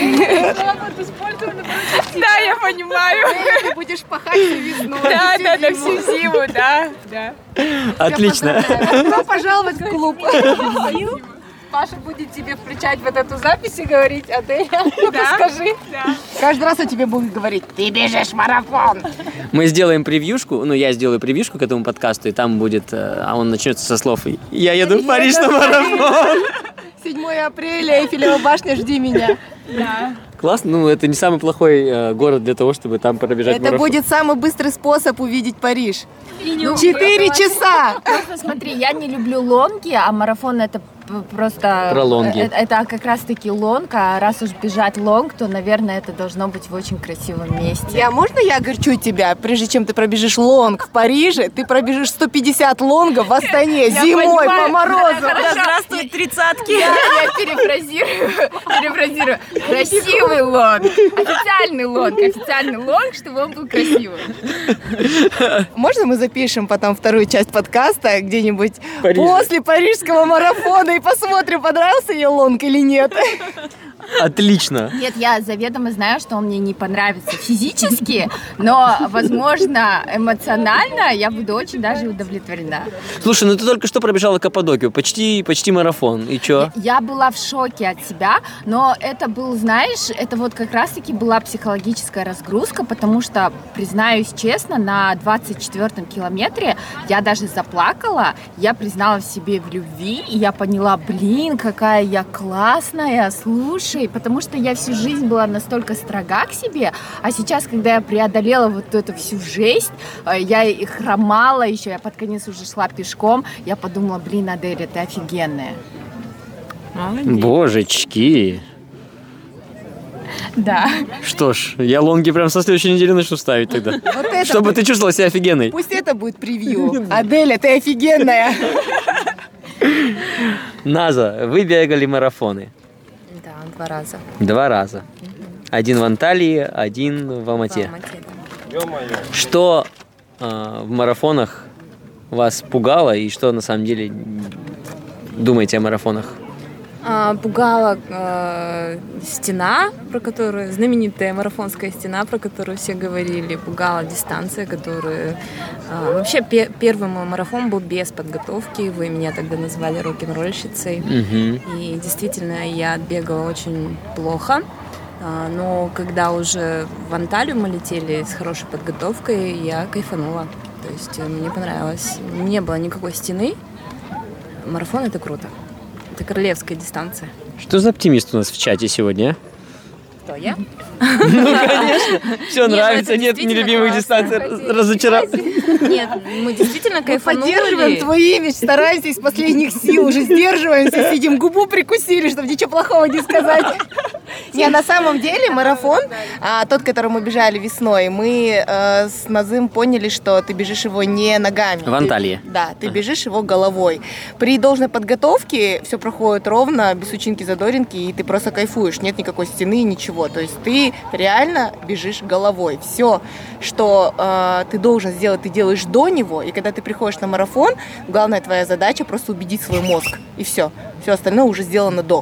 я понимаю. Ты будешь пахать всю весну. Да, да, да, всю зиму, да, да. Отлично. Добро пожаловать в клуб. Паша будет тебе включать вот эту запись и говорить: Аделя, ну-ка скажи. Каждый раз о тебе будет говорить: ты бежишь марафон. Мы сделаем превьюшку, ну я сделаю превьюшку к этому подкасту, и там будет, а он начнется со слов: я еду в Париж на марафон. седьмое апреля, Эйфелева башня, жди меня. Да. Классно, ну это не самый плохой э, город для того, чтобы там пробежать Это марафон. будет самый быстрый способ увидеть Париж. Четыре часа! Просто смотри, я не люблю лонги, а марафон это просто... Про лонги. Это, это как раз-таки лонг, а раз уж бежать лонг, то, наверное, это должно быть в очень красивом месте. Я, можно я огорчу тебя? Прежде чем ты пробежишь лонг в Париже, ты пробежишь сто пятьдесят лонгов в Астане зимой по морозу. Да здравствуют тридцатки. Я, я перефразирую, перефразирую. Красивый лонг. Официальный лонг. Официальный лонг, чтобы он был красивым. Можно мы запишем потом вторую часть подкаста где-нибудь Париж. после парижского марафона и посмотрим, понравился ей лонг или нет? Отлично. Нет, я заведомо знаю, что он мне не понравится физически, но, возможно, эмоционально я буду очень даже удовлетворена. Слушай, ну ты только что пробежала Каппадокию, почти, почти марафон. И чё? Я была в шоке от себя, но это был, знаешь, это вот как раз-таки была психологическая разгрузка, потому что, признаюсь честно, на двадцать четвёртом километре я даже заплакала, я призналась себе в любви, и я поняла, блин, какая я классная, слушай, потому что я всю жизнь была настолько строга к себе, а сейчас, когда я преодолела вот эту всю жесть, я и хромала еще, я под конец уже шла пешком, я подумала, блин, Аделя, ты офигенная. Божечки. Да. Что ж, я лонги прям со следующей недели начну ставить тогда. Вот это Чтобы ты чувствовала себя офигенной. Пусть это будет превью. Аделя, ты офигенная. Наза, вы бегали марафоны? Да, два раза. Два раза. Один в Анталии, один в Алмате. Что э, в марафонах вас пугало и что на самом деле думаете о марафонах? А, пугала э, стена, про которую, знаменитая марафонская стена, про которую все говорили, пугала дистанция, которая... Э, вообще пе- первый мой марафон был без подготовки, вы меня тогда назвали рок-н-ролльщицей, Угу. и действительно я отбегала очень плохо, э, но когда уже в Анталию мы летели с хорошей подготовкой, я кайфанула, то есть э, мне понравилось, не было никакой стены, марафон — это круто. Это королевская дистанция. Что за оптимист у нас в чате сегодня? Кто я? Ну, конечно. Все Не, ну нравится, это нет действительно нелюбимых классно. дистанций. Разочарован. Нет, мы действительно Мы кайфанули. поддерживаем твой имидж, стараемся из последних сил, уже сдерживаемся, сидим, губу прикусили, чтобы ничего плохого не сказать. Не, на самом деле марафон, а, тот, который мы бежали весной, мы э, с Назым поняли, что ты бежишь его не ногами. В Анталии. Ты- да, ты бежишь его головой. При должной подготовке все проходит ровно, без учинки-задоринки, и ты просто кайфуешь, нет никакой стены, ничего. То есть ты реально бежишь головой. Все, что э, ты должен сделать, ты делаешь до него, и когда ты приходишь на марафон, главная твоя задача просто убедить свой мозг, и все. Все остальное уже сделано до.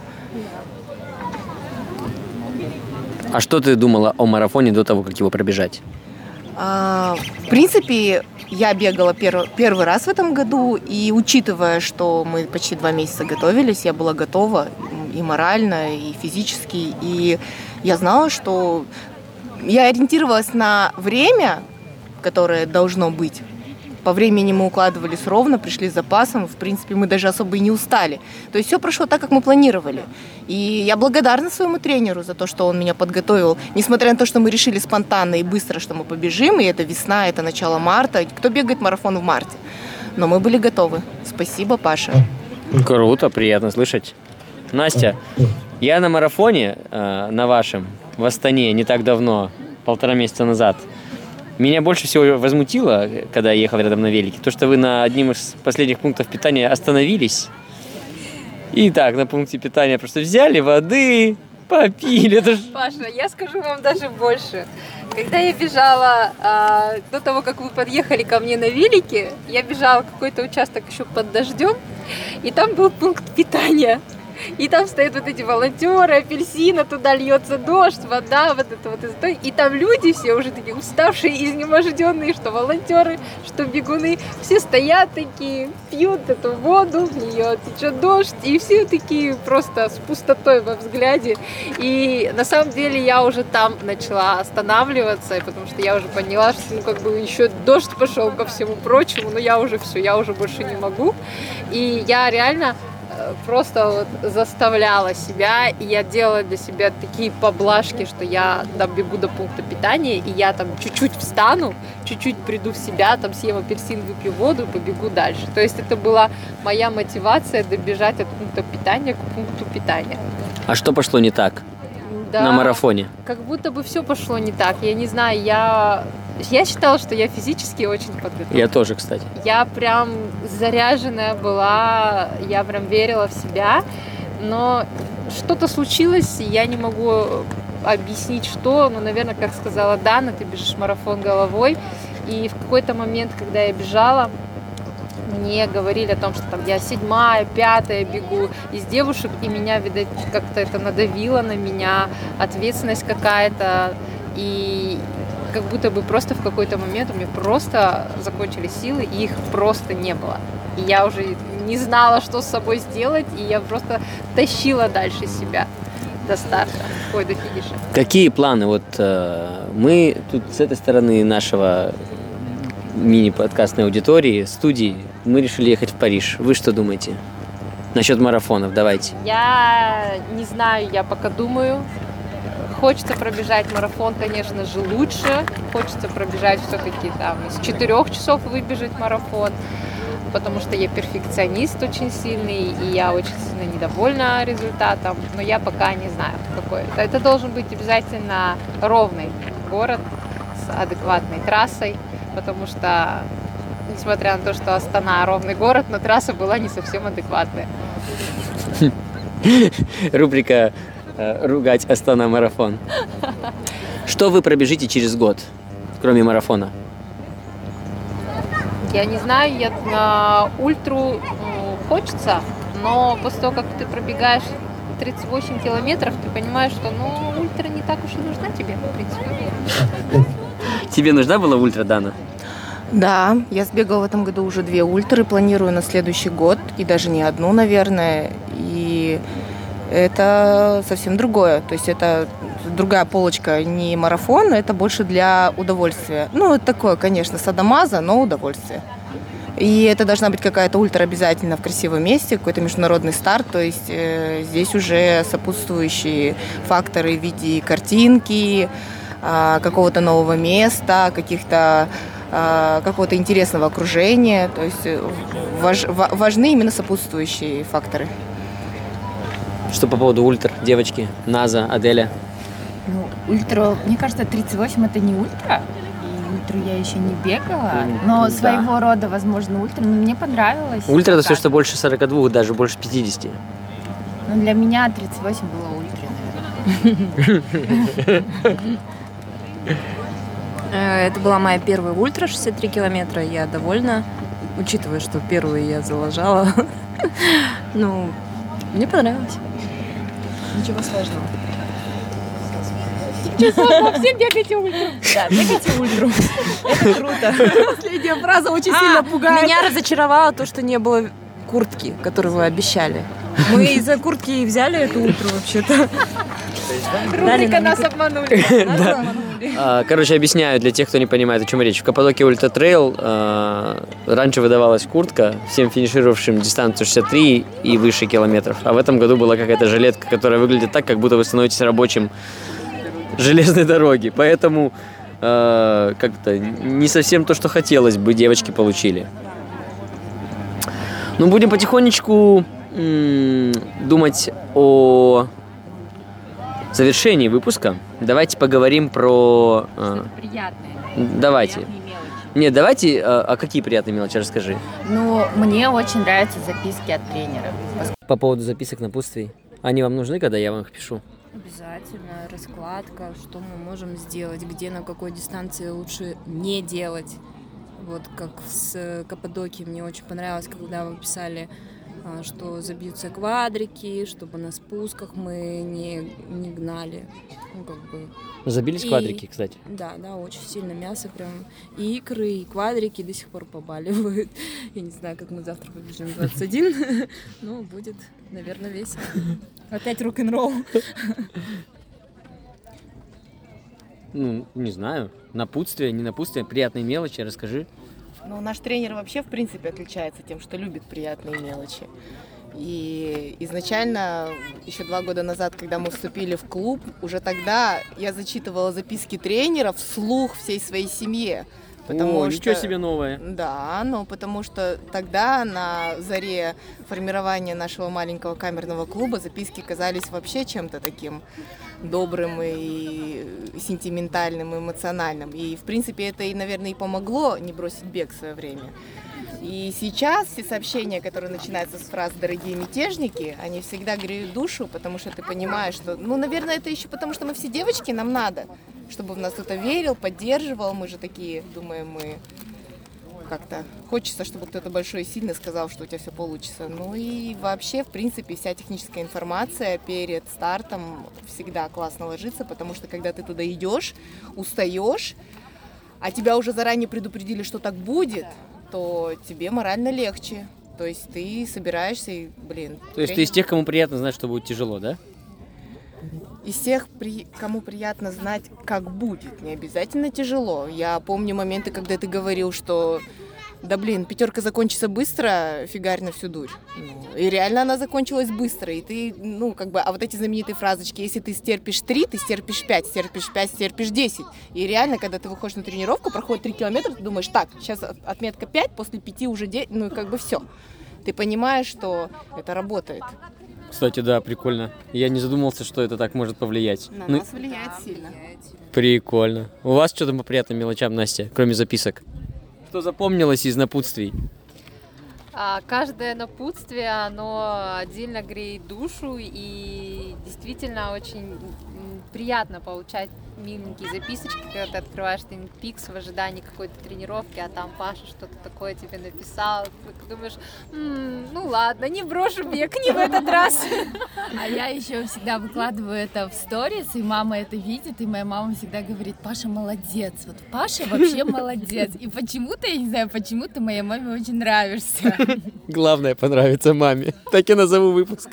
А что ты думала о марафоне до того, как его пробежать? А, в принципе, я бегала пер- первый раз в этом году, и учитывая, что мы почти два месяца готовились, я была готова и морально, и физически, и я знала, что я ориентировалась на время, которое должно быть. По времени мы укладывались ровно, пришли с запасом, в принципе, мы даже особо и не устали. То есть все прошло так, как мы планировали. И я благодарна своему тренеру за то, что он меня подготовил. Несмотря на то, что мы решили спонтанно и быстро, что мы побежим, и это весна, это начало марта. Кто бегает марафон в марте? Но мы были готовы. Спасибо, Паша. Круто, приятно слышать. Настя, я на марафоне, э, на вашем, в Астане, не так давно, полтора месяца назад, меня больше всего возмутило, когда я ехал рядом на велике, то, что вы на одним из последних пунктов питания остановились. И так, на пункте питания просто взяли воды, попили. Это ж... Паша, я скажу вам даже больше. Когда я бежала, а, до того, как вы подъехали ко мне на велике, я бежала какой-то участок еще под дождем, и там был пункт питания. И там стоят вот эти волонтеры, апельсины, туда льется дождь, вода, вот это вот история. И там люди все уже такие уставшие, изнеможденные, что волонтеры, что бегуны. Все стоят такие, пьют эту воду, в нее течет дождь. И все такие просто с пустотой во взгляде. И на самом деле я уже там начала останавливаться, потому что я уже поняла, что ну, как бы еще дождь пошел ко всему прочему, но я уже все, я уже больше не могу. И я реально э, просто вот заставляла себя, и я делала для себя такие поблажки, что я там бегу до пункта питания, и я там чуть-чуть встану, чуть-чуть приду в себя, там съем апельсин, выпью воду и побегу дальше. То есть это была моя мотивация добежать от пункта питания к пункту питания. А что пошло не так Да, на марафоне? как будто бы все пошло не так. Я не знаю, я, я считала, что я физически очень подготовлена. Я тоже, кстати. Я прям заряженная была, я прям верила в себя, но что-то случилось, и я не могу объяснить, что, но, наверное, как сказала Дана, ты бежишь марафон головой, и в какой-то момент, когда я бежала, мне говорили о том, что там я седьмая, пятая бегу из девушек, и меня, видать, как-то это надавило на меня, ответственность какая-то, и как будто бы просто в какой-то момент у меня просто закончились силы, и их просто не было. И я уже не знала, что с собой сделать, и я просто тащила дальше себя до старта, ой, до финиша. Какие планы? Вот э, мы тут с этой стороны нашего мини-подкастной аудитории, студии, мы решили ехать в Париж. Вы что думаете насчет марафонов? Давайте. Я не знаю, я пока думаю. Хочется пробежать марафон, конечно же, лучше. Хочется пробежать все-таки там из четырех часов выбежать марафон, потому что я перфекционист очень сильный, и я очень сильно недовольна результатом. Но я пока не знаю, какой это. Это должен быть обязательно ровный город с адекватной трассой, потому что, несмотря на то, что Астана ровный город, но трасса была не совсем адекватная. Рубрика э, «Ругать Астана марафон». Что вы пробежите через год, кроме марафона? Я не знаю, я на ультру ну, хочется, но после того, как ты пробегаешь тридцать восемь километров, ты понимаешь, что ну ультра не так уж и нужна тебе, в принципе. Тебе нужна была ультра, Дана? Да, я сбегала в этом году уже две ультры, планирую на следующий год, и даже не одну, наверное, и это совсем другое, то есть это другая полочка, не марафон, это больше для удовольствия. Ну, это такое, конечно, садомаза, но удовольствие. И это должна быть какая-то ультра обязательно в красивом месте, какой-то международный старт, то есть э, здесь уже сопутствующие факторы в виде картинки, э, какого-то нового места, каких-то э, какого-то интересного окружения, то есть э, важ, важны именно сопутствующие факторы. Что по поводу ультр, девочки, Наза, Аделя? Ну, ультра, мне кажется, тридцать восемь это не ультра. И ультру я еще не бегала, но Да. своего рода, возможно, ультра. Но мне понравилось. Ультра это все, Так. что больше сорок два, даже больше пятьдесят. Ну, для меня тридцать восемь было ультра, наверное. Э, Это была моя первая ультра, шестьдесят три километра. Я довольна, учитывая, что первую я залажала. Ну, мне понравилось. Ничего сложного. Все бегайте ультру. Да, бегайте ультру. Это круто. Последняя фраза очень А, сильно пугает. Меня разочаровало то, что не было куртки, которую вы обещали. Мы из-за куртки и взяли эту ультру вообще-то. Рубрика «Нас обманули». Нас обманули. А, Короче, объясняю для тех, кто не понимает, о чем речь. В Каппадокии Ультра Трейл а, раньше выдавалась куртка всем финишировавшим дистанцию шестьдесят три и выше километров. А в этом году была какая-то жилетка, которая выглядит так, как будто вы становитесь рабочим железной дороги. Поэтому а, как-то не совсем то, что хотелось бы, девочки получили. Ну, будем потихонечку м- думать о завершении выпуска. Давайте поговорим про... э, Приятное. давайте. Приятные мелочи. Нет, давайте... А, а какие приятные мелочи, расскажи. Ну, мне очень нравятся записки от тренера. По поводу записок напутствий. Они вам нужны, когда я вам их пишу? Обязательно раскладка, что мы можем сделать, где на какой дистанции лучше не делать. Вот как с Каппадокией мне очень понравилось, когда вы писали, а, что забьются квадрики, чтобы на спусках мы не, не гнали. Ну, как бы. Забились И- квадрики, кстати. Да, да, очень сильно мясо прям. И икры, и квадрики до сих пор побаливают. Я не знаю, как мы завтра побежим двадцать один, но будет, наверное, весело. Опять рок-н-ролл. Ну, не знаю. Напутствие, не напутствие, приятные мелочи, расскажи. Ну, наш тренер вообще, в принципе, отличается тем, что любит приятные мелочи. И изначально, еще два года назад, когда мы вступили в клуб, уже тогда я зачитывала записки тренеров вслух всей своей семье. Потому О, что, ничего себе новое. Да, но потому что тогда на заре формирования нашего маленького камерного клуба записки казались вообще чем-то таким добрым и сентиментальным, и эмоциональным. И, в принципе, это, и, наверное, и помогло не бросить бег в свое время. И сейчас все сообщения, которые начинаются с фраз «дорогие мятежники», они всегда греют душу, потому что ты понимаешь, что, ну, наверное, это еще потому, что мы все девочки, нам надо, чтобы в нас кто-то верил, поддерживал. Мы же такие, думаем, мы как-то хочется, чтобы кто-то большой и сильный сказал, что у тебя все получится. Ну и вообще, в принципе, вся техническая информация перед стартом всегда классно ложится, потому что когда ты туда идешь, устаешь, а тебя уже заранее предупредили, что так будет, то тебе морально легче. То есть ты собираешься и, блин... То есть ты из тех, кому приятно знать, что будет тяжело, да? Из тех, при... кому приятно знать, как будет. Не обязательно тяжело. Я помню моменты, когда ты говорил, что да блин, пятерка закончится быстро, фигарь на всю дурь. Ну, и реально она закончилась быстро. И ты, ну, как бы, а вот эти знаменитые фразочки, если ты стерпишь три, ты стерпишь пять, стерпишь пять, стерпишь десять. И реально, когда ты выходишь на тренировку, проходит три километра, ты думаешь, так, сейчас отметка пять, после пяти уже десять, ну, и как бы все. Ты понимаешь, что это работает. Кстати, да, прикольно. Я не задумывался, что это так может повлиять. На Ну, нас влияет сильно. прикольно. У вас что там по приятным мелочам, Настя, кроме записок? Что запомнилось из напутствий? А каждое напутствие, оно отдельно греет душу, и действительно очень м, приятно получать миленькие записочки, когда ты открываешь Twin Peaks в ожидании какой-то тренировки, а там Паша что-то такое тебе написал, ты думаешь, «М, ну ладно, не брошу бег, не в этот раз». А я еще всегда выкладываю это в сторис, и мама это видит, и моя мама всегда говорит: Паша молодец, вот Паша вообще молодец. И почему-то, я не знаю, почему ты моей маме очень нравишься. Главное, понравится маме. Так и назову выпуск.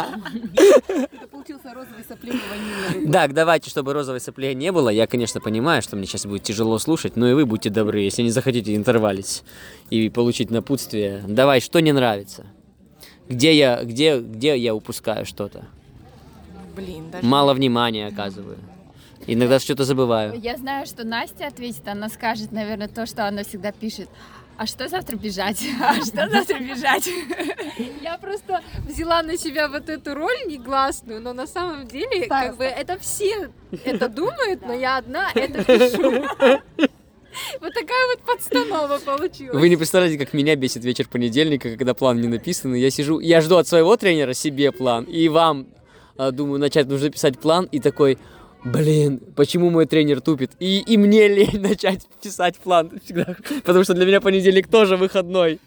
Это получился розовый соплей ванильный. Так, давайте, чтобы розовой соплей не было. Я, конечно, понимаю, что мне сейчас будет тяжело слушать, но и вы будьте добры, если не захотите интервалить и получить напутствие. Давай, что не нравится? Где я, где, где я упускаю что-то? Блин, даже... Мало внимания оказываю. Иногда что-то забываю. Я знаю, что Настя ответит, она скажет, наверное, то, что она всегда пишет. А что завтра бежать? А что завтра бежать? Я просто взяла на себя вот эту роль негласную, но на самом деле, как бы, это все это думают, но я одна это пишу. Вот такая вот подстанова получилась. Вы не представляете, как меня бесит вечер понедельника, когда план не написан. Я сижу, я жду от своего тренера себе план, и вам, а, думаю, начать нужно писать план, и такой, блин, почему мой тренер тупит? И, и мне лень начать писать план всегда, потому что для меня понедельник тоже выходной.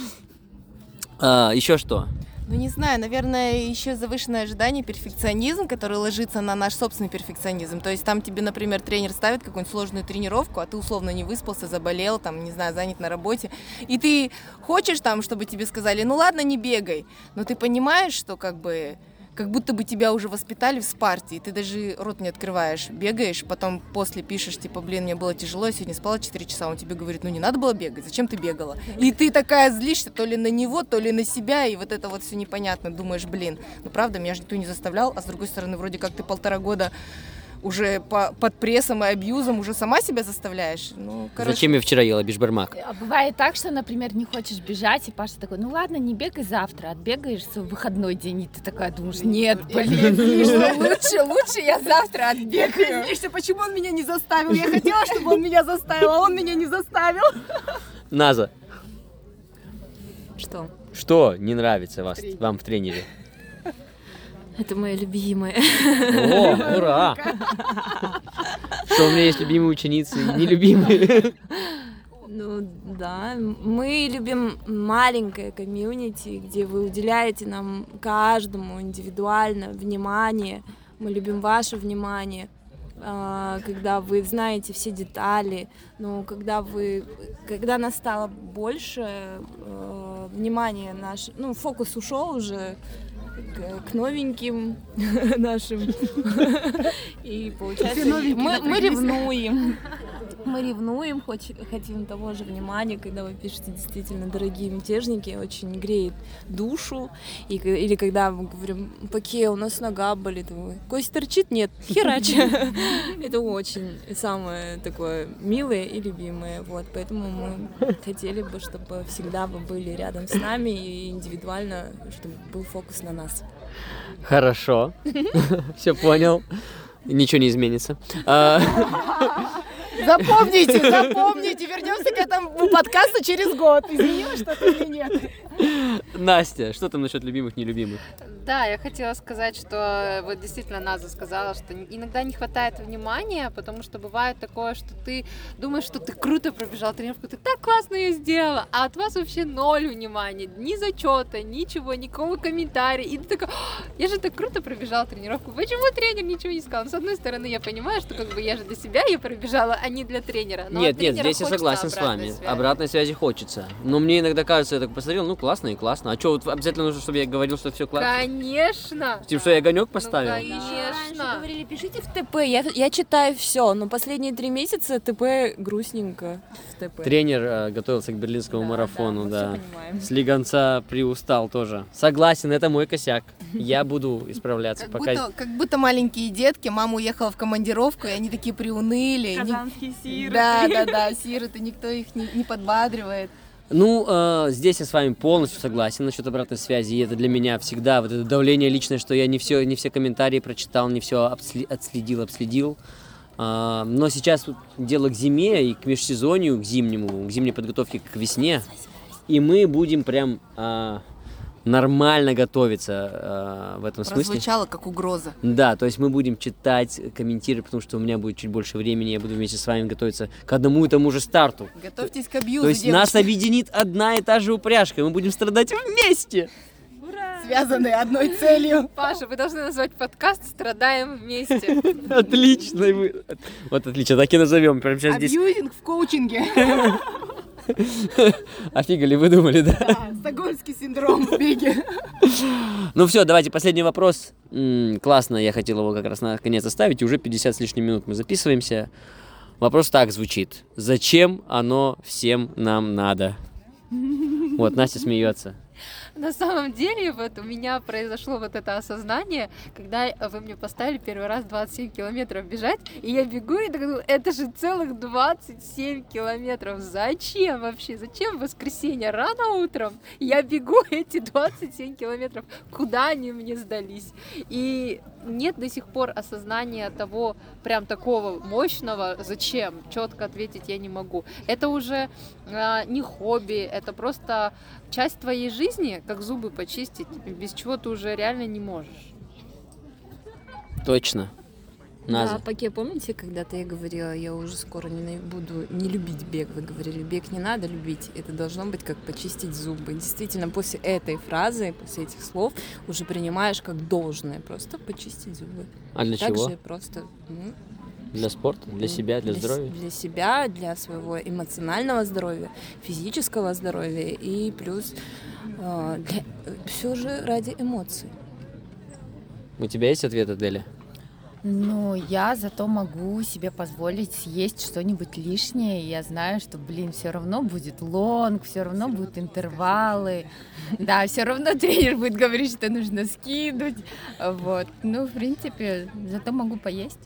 А, еще что? Ну, не знаю, наверное, еще завышенное ожидание, перфекционизм, который ложится на наш собственный перфекционизм. То есть там тебе, например, тренер ставит какую-нибудь сложную тренировку, а ты условно не выспался, заболел, там, не знаю, занят на работе. И ты хочешь там, чтобы тебе сказали, ну ладно, не бегай. Но ты понимаешь, что как бы... как будто бы тебя уже воспитали в Спарте, и ты даже рот не открываешь, бегаешь, потом после пишешь, типа, блин, мне было тяжело, я сегодня спала четыре часа, он тебе говорит, ну не надо было бегать, зачем ты бегала? И ты такая злишься то ли на него, то ли на себя, и вот это вот все непонятно, думаешь, блин, ну правда, меня же никто не заставлял, а с другой стороны, вроде как ты полтора года уже по, под прессом и абьюзом уже сама себя заставляешь. Ну, короче. Зачем я вчера ела бишбармак? А бывает так, что, например, не хочешь бежать, и Паша такой, ну ладно, не бегай завтра, отбегаешь в выходной день, и ты такая думаешь, нет, блин, лучше, лучше я завтра отбегаю. Злишься, почему он меня не заставил? Я хотела, чтобы он меня заставил, а он меня не заставил. Наза, Что? что не нравится вас, вам в тренере? Это моя любимая. О, ура! Что у меня есть любимые ученицы и нелюбимые. Ну да, мы любим маленькое комьюнити, где вы уделяете нам каждому индивидуально внимание. Мы любим ваше внимание, а, когда вы знаете все детали. Но когда вы, когда нас стало больше, а, внимание наше, ну фокус ушел уже к, к новеньким нашим, и получается мы, мы ревнуем. мы ревнуем, хоть, хотим того же внимания, когда вы пишете действительно дорогие мятежники, очень греет душу. И, к- или когда мы говорим, Паке, у нас нога болит, вы, кость торчит, нет, херач. Это очень самое такое милое и любимое. Вот, поэтому мы хотели бы, чтобы всегда вы были рядом с нами и индивидуально, чтобы был фокус на нас. Хорошо. Все понял. Ничего не изменится. А, Запомните, запомните, вернемся к этому подкасту через год. Изменилось что-то или нет? Настя, что там насчет любимых, нелюбимых? Да, я хотела сказать, что вот действительно Наза сказала, что иногда не хватает внимания, потому что бывает такое, что ты думаешь, что ты круто пробежал тренировку, ты так классно ее сделала, а от вас вообще ноль внимания, ни зачета, ничего, никакого комментария. И ты такой, я же так круто пробежала тренировку, почему тренер ничего не сказал? Ну, с одной стороны, я понимаю, что как бы я же для себя ее пробежала, а не для тренера. Но Нет, от нет, тренера здесь я хочется согласен с обратной вами. связи. Обратной связи хочется. Но мне иногда кажется, я так посмотрел, ну классно и классно. А что, вот обязательно нужно, чтобы я говорил, что все классно? Конечно! Типа, что я огонек Ну, поставил? Раньше конечно! говорили, пишите в ТП, я, я читаю все, но последние три месяца ТП грустненько в ТП. Тренер э, готовился к берлинскому Да, марафону, да, да. мы всё понимаем. С Лиганца приустал тоже. Согласен, это мой косяк. Я буду исправляться. Как Пока... будто, как будто маленькие детки, мама уехала в командировку, и они такие приуныли. и ни- Казанские сироты. Да, да, да, сироты, никто их не, не подбадривает. Ну, э, здесь я с вами полностью согласен насчет обратной связи. И это для меня всегда вот это давление личное, что я не все, не все комментарии прочитал, не все отследил, обследил. А, но сейчас вот дело к зиме и к межсезонью, к зимнему, к зимней подготовке к весне. И мы будем прям а, нормально готовиться а, в этом смысле. Прозвучало как угроза. Да, то есть мы будем читать, комментировать, потому что у меня будет чуть больше времени, я буду вместе с вами готовиться к одному и тому же старту. Готовьтесь к абьюзу, То есть девочки, нас объединит одна и та же упряжка, и мы будем страдать вместе. связанные одной целью. Паша, вы должны назвать подкаст «Страдаем вместе». Отлично. и вы- Вот отлично, так и назовем. Прямо сейчас здесь. Абьюзинг в коучинге. Офигали, вы думали, да? Да, стокгольмский синдром в беге. Ну все, давайте последний вопрос. М, классно, я хотел его как раз наконец оставить, и уже пятьдесят с лишним минут мы записываемся. Вопрос так звучит. Зачем оно всем нам надо? Вот, Настя смеется. На самом деле, вот у меня произошло вот это осознание, когда вы мне поставили первый раз двадцать семь километров бежать, и я бегу и думаю, это же целых двадцать семь километров. Зачем вообще? Зачем в воскресенье рано утром я бегу эти двадцать семь километров? Куда они мне сдались? И нет до сих пор осознания того прям такого мощного, зачем, четко ответить я не могу. Это уже э, не хобби, это просто часть твоей жизни, как зубы почистить, без чего ты уже реально не можешь. Точно. Да, Наза. Паке, помните, когда-то я говорила, я уже скоро не на- буду не любить бег. Вы говорили, бег не надо любить, это должно быть как почистить зубы. Действительно, после этой фразы, после этих слов уже принимаешь как должное, просто почистить зубы. А для Так чего? же просто ну, Для спорта, для себя, для с- здоровья? Для себя, для своего эмоционального здоровья, физического здоровья и плюс э, все же ради эмоций. У тебя есть ответ, Аделя? Ну, я зато могу себе позволить съесть что-нибудь лишнее. Я знаю, что, блин, все равно будет лонг, все равно будут интервалы. Да, все равно тренер будет говорить, что нужно скинуть. Вот. Ну, в принципе, зато могу поесть.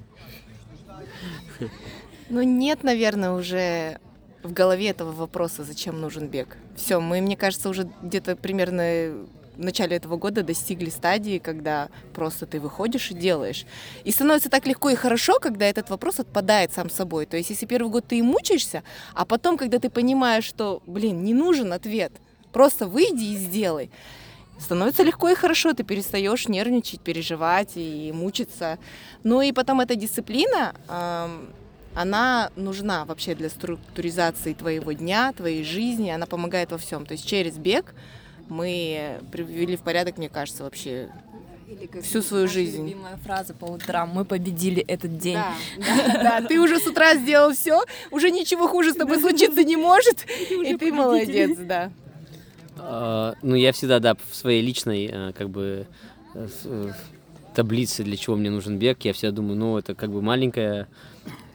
Ну, нет, наверное, уже в голове этого вопроса, зачем нужен бег. Все, мы, мне кажется, уже где-то примерно в начале этого года достигли стадии, когда просто ты выходишь и делаешь. И становится так легко и хорошо, когда этот вопрос отпадает сам собой. То есть, если первый год ты и мучаешься, а потом, когда ты понимаешь, что, блин, не нужен ответ, просто выйди и сделай, становится легко и хорошо, ты перестаешь нервничать, переживать и мучиться. Ну и потом эта дисциплина, эм, она нужна вообще для структуризации твоего дня, твоей жизни, она помогает во всем. То есть через бег мы привели в порядок, мне кажется, вообще Или как всю свою наша жизнь. любимая фраза по утрам: мы победили этот день. Да, да, да, ты уже с утра сделал все, уже ничего хуже с тобой случиться не может, и ты молодец, да. А, ну, я всегда, да, в своей личной, э, как бы, э, с- э, таблице, для чего мне нужен бег, я всегда думаю, ну, это как бы маленькая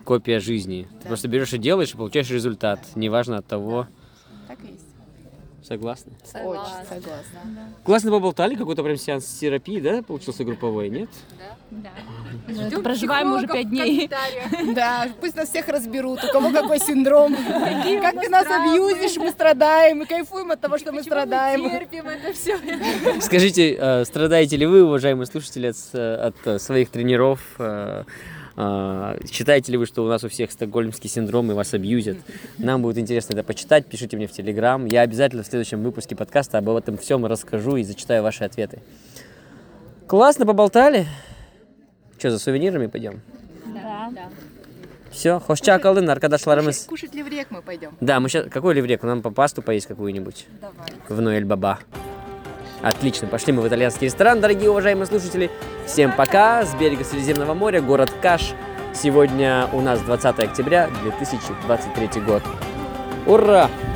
копия жизни. Ты просто берешь и делаешь, и получаешь результат. Неважно от того. Так и есть. Согласны? Очень согласна. Классно поболтали, какой-то прям сеанс терапии, да, получился групповой, нет? Мы проживаем уже пять дней. Да, пусть нас всех разберут, у кого какой синдром. Как ты нас абьюзишь, мы страдаем, мы кайфуем от того, что мы страдаем. Терпим это все. Скажите, э, страдаете ли вы, уважаемые слушатели, от, с- от э, своих тренеров? Э, э, Считаете ли вы, что у нас у всех стокгольмский синдром и вас абьюзят? Нам будет интересно это почитать. Пишите мне в Телеграм. Я обязательно в следующем выпуске подкаста об этом всем расскажу и зачитаю ваши ответы. Классно поболтали. Что, за сувенирами пойдем? Да. Все, хошча калын, arkadaşlarımız. Кушать ливрек мы пойдем. Да, мы сейчас... Какой ливрек? Нам по пасту поесть какую-нибудь? Давай. В Ноэль Баба. Отлично, пошли мы в итальянский ресторан, дорогие уважаемые слушатели. Всем пока, с берега Средиземного моря, город Каш. Сегодня у нас двадцатое октября две тысячи двадцать третий год. Ура!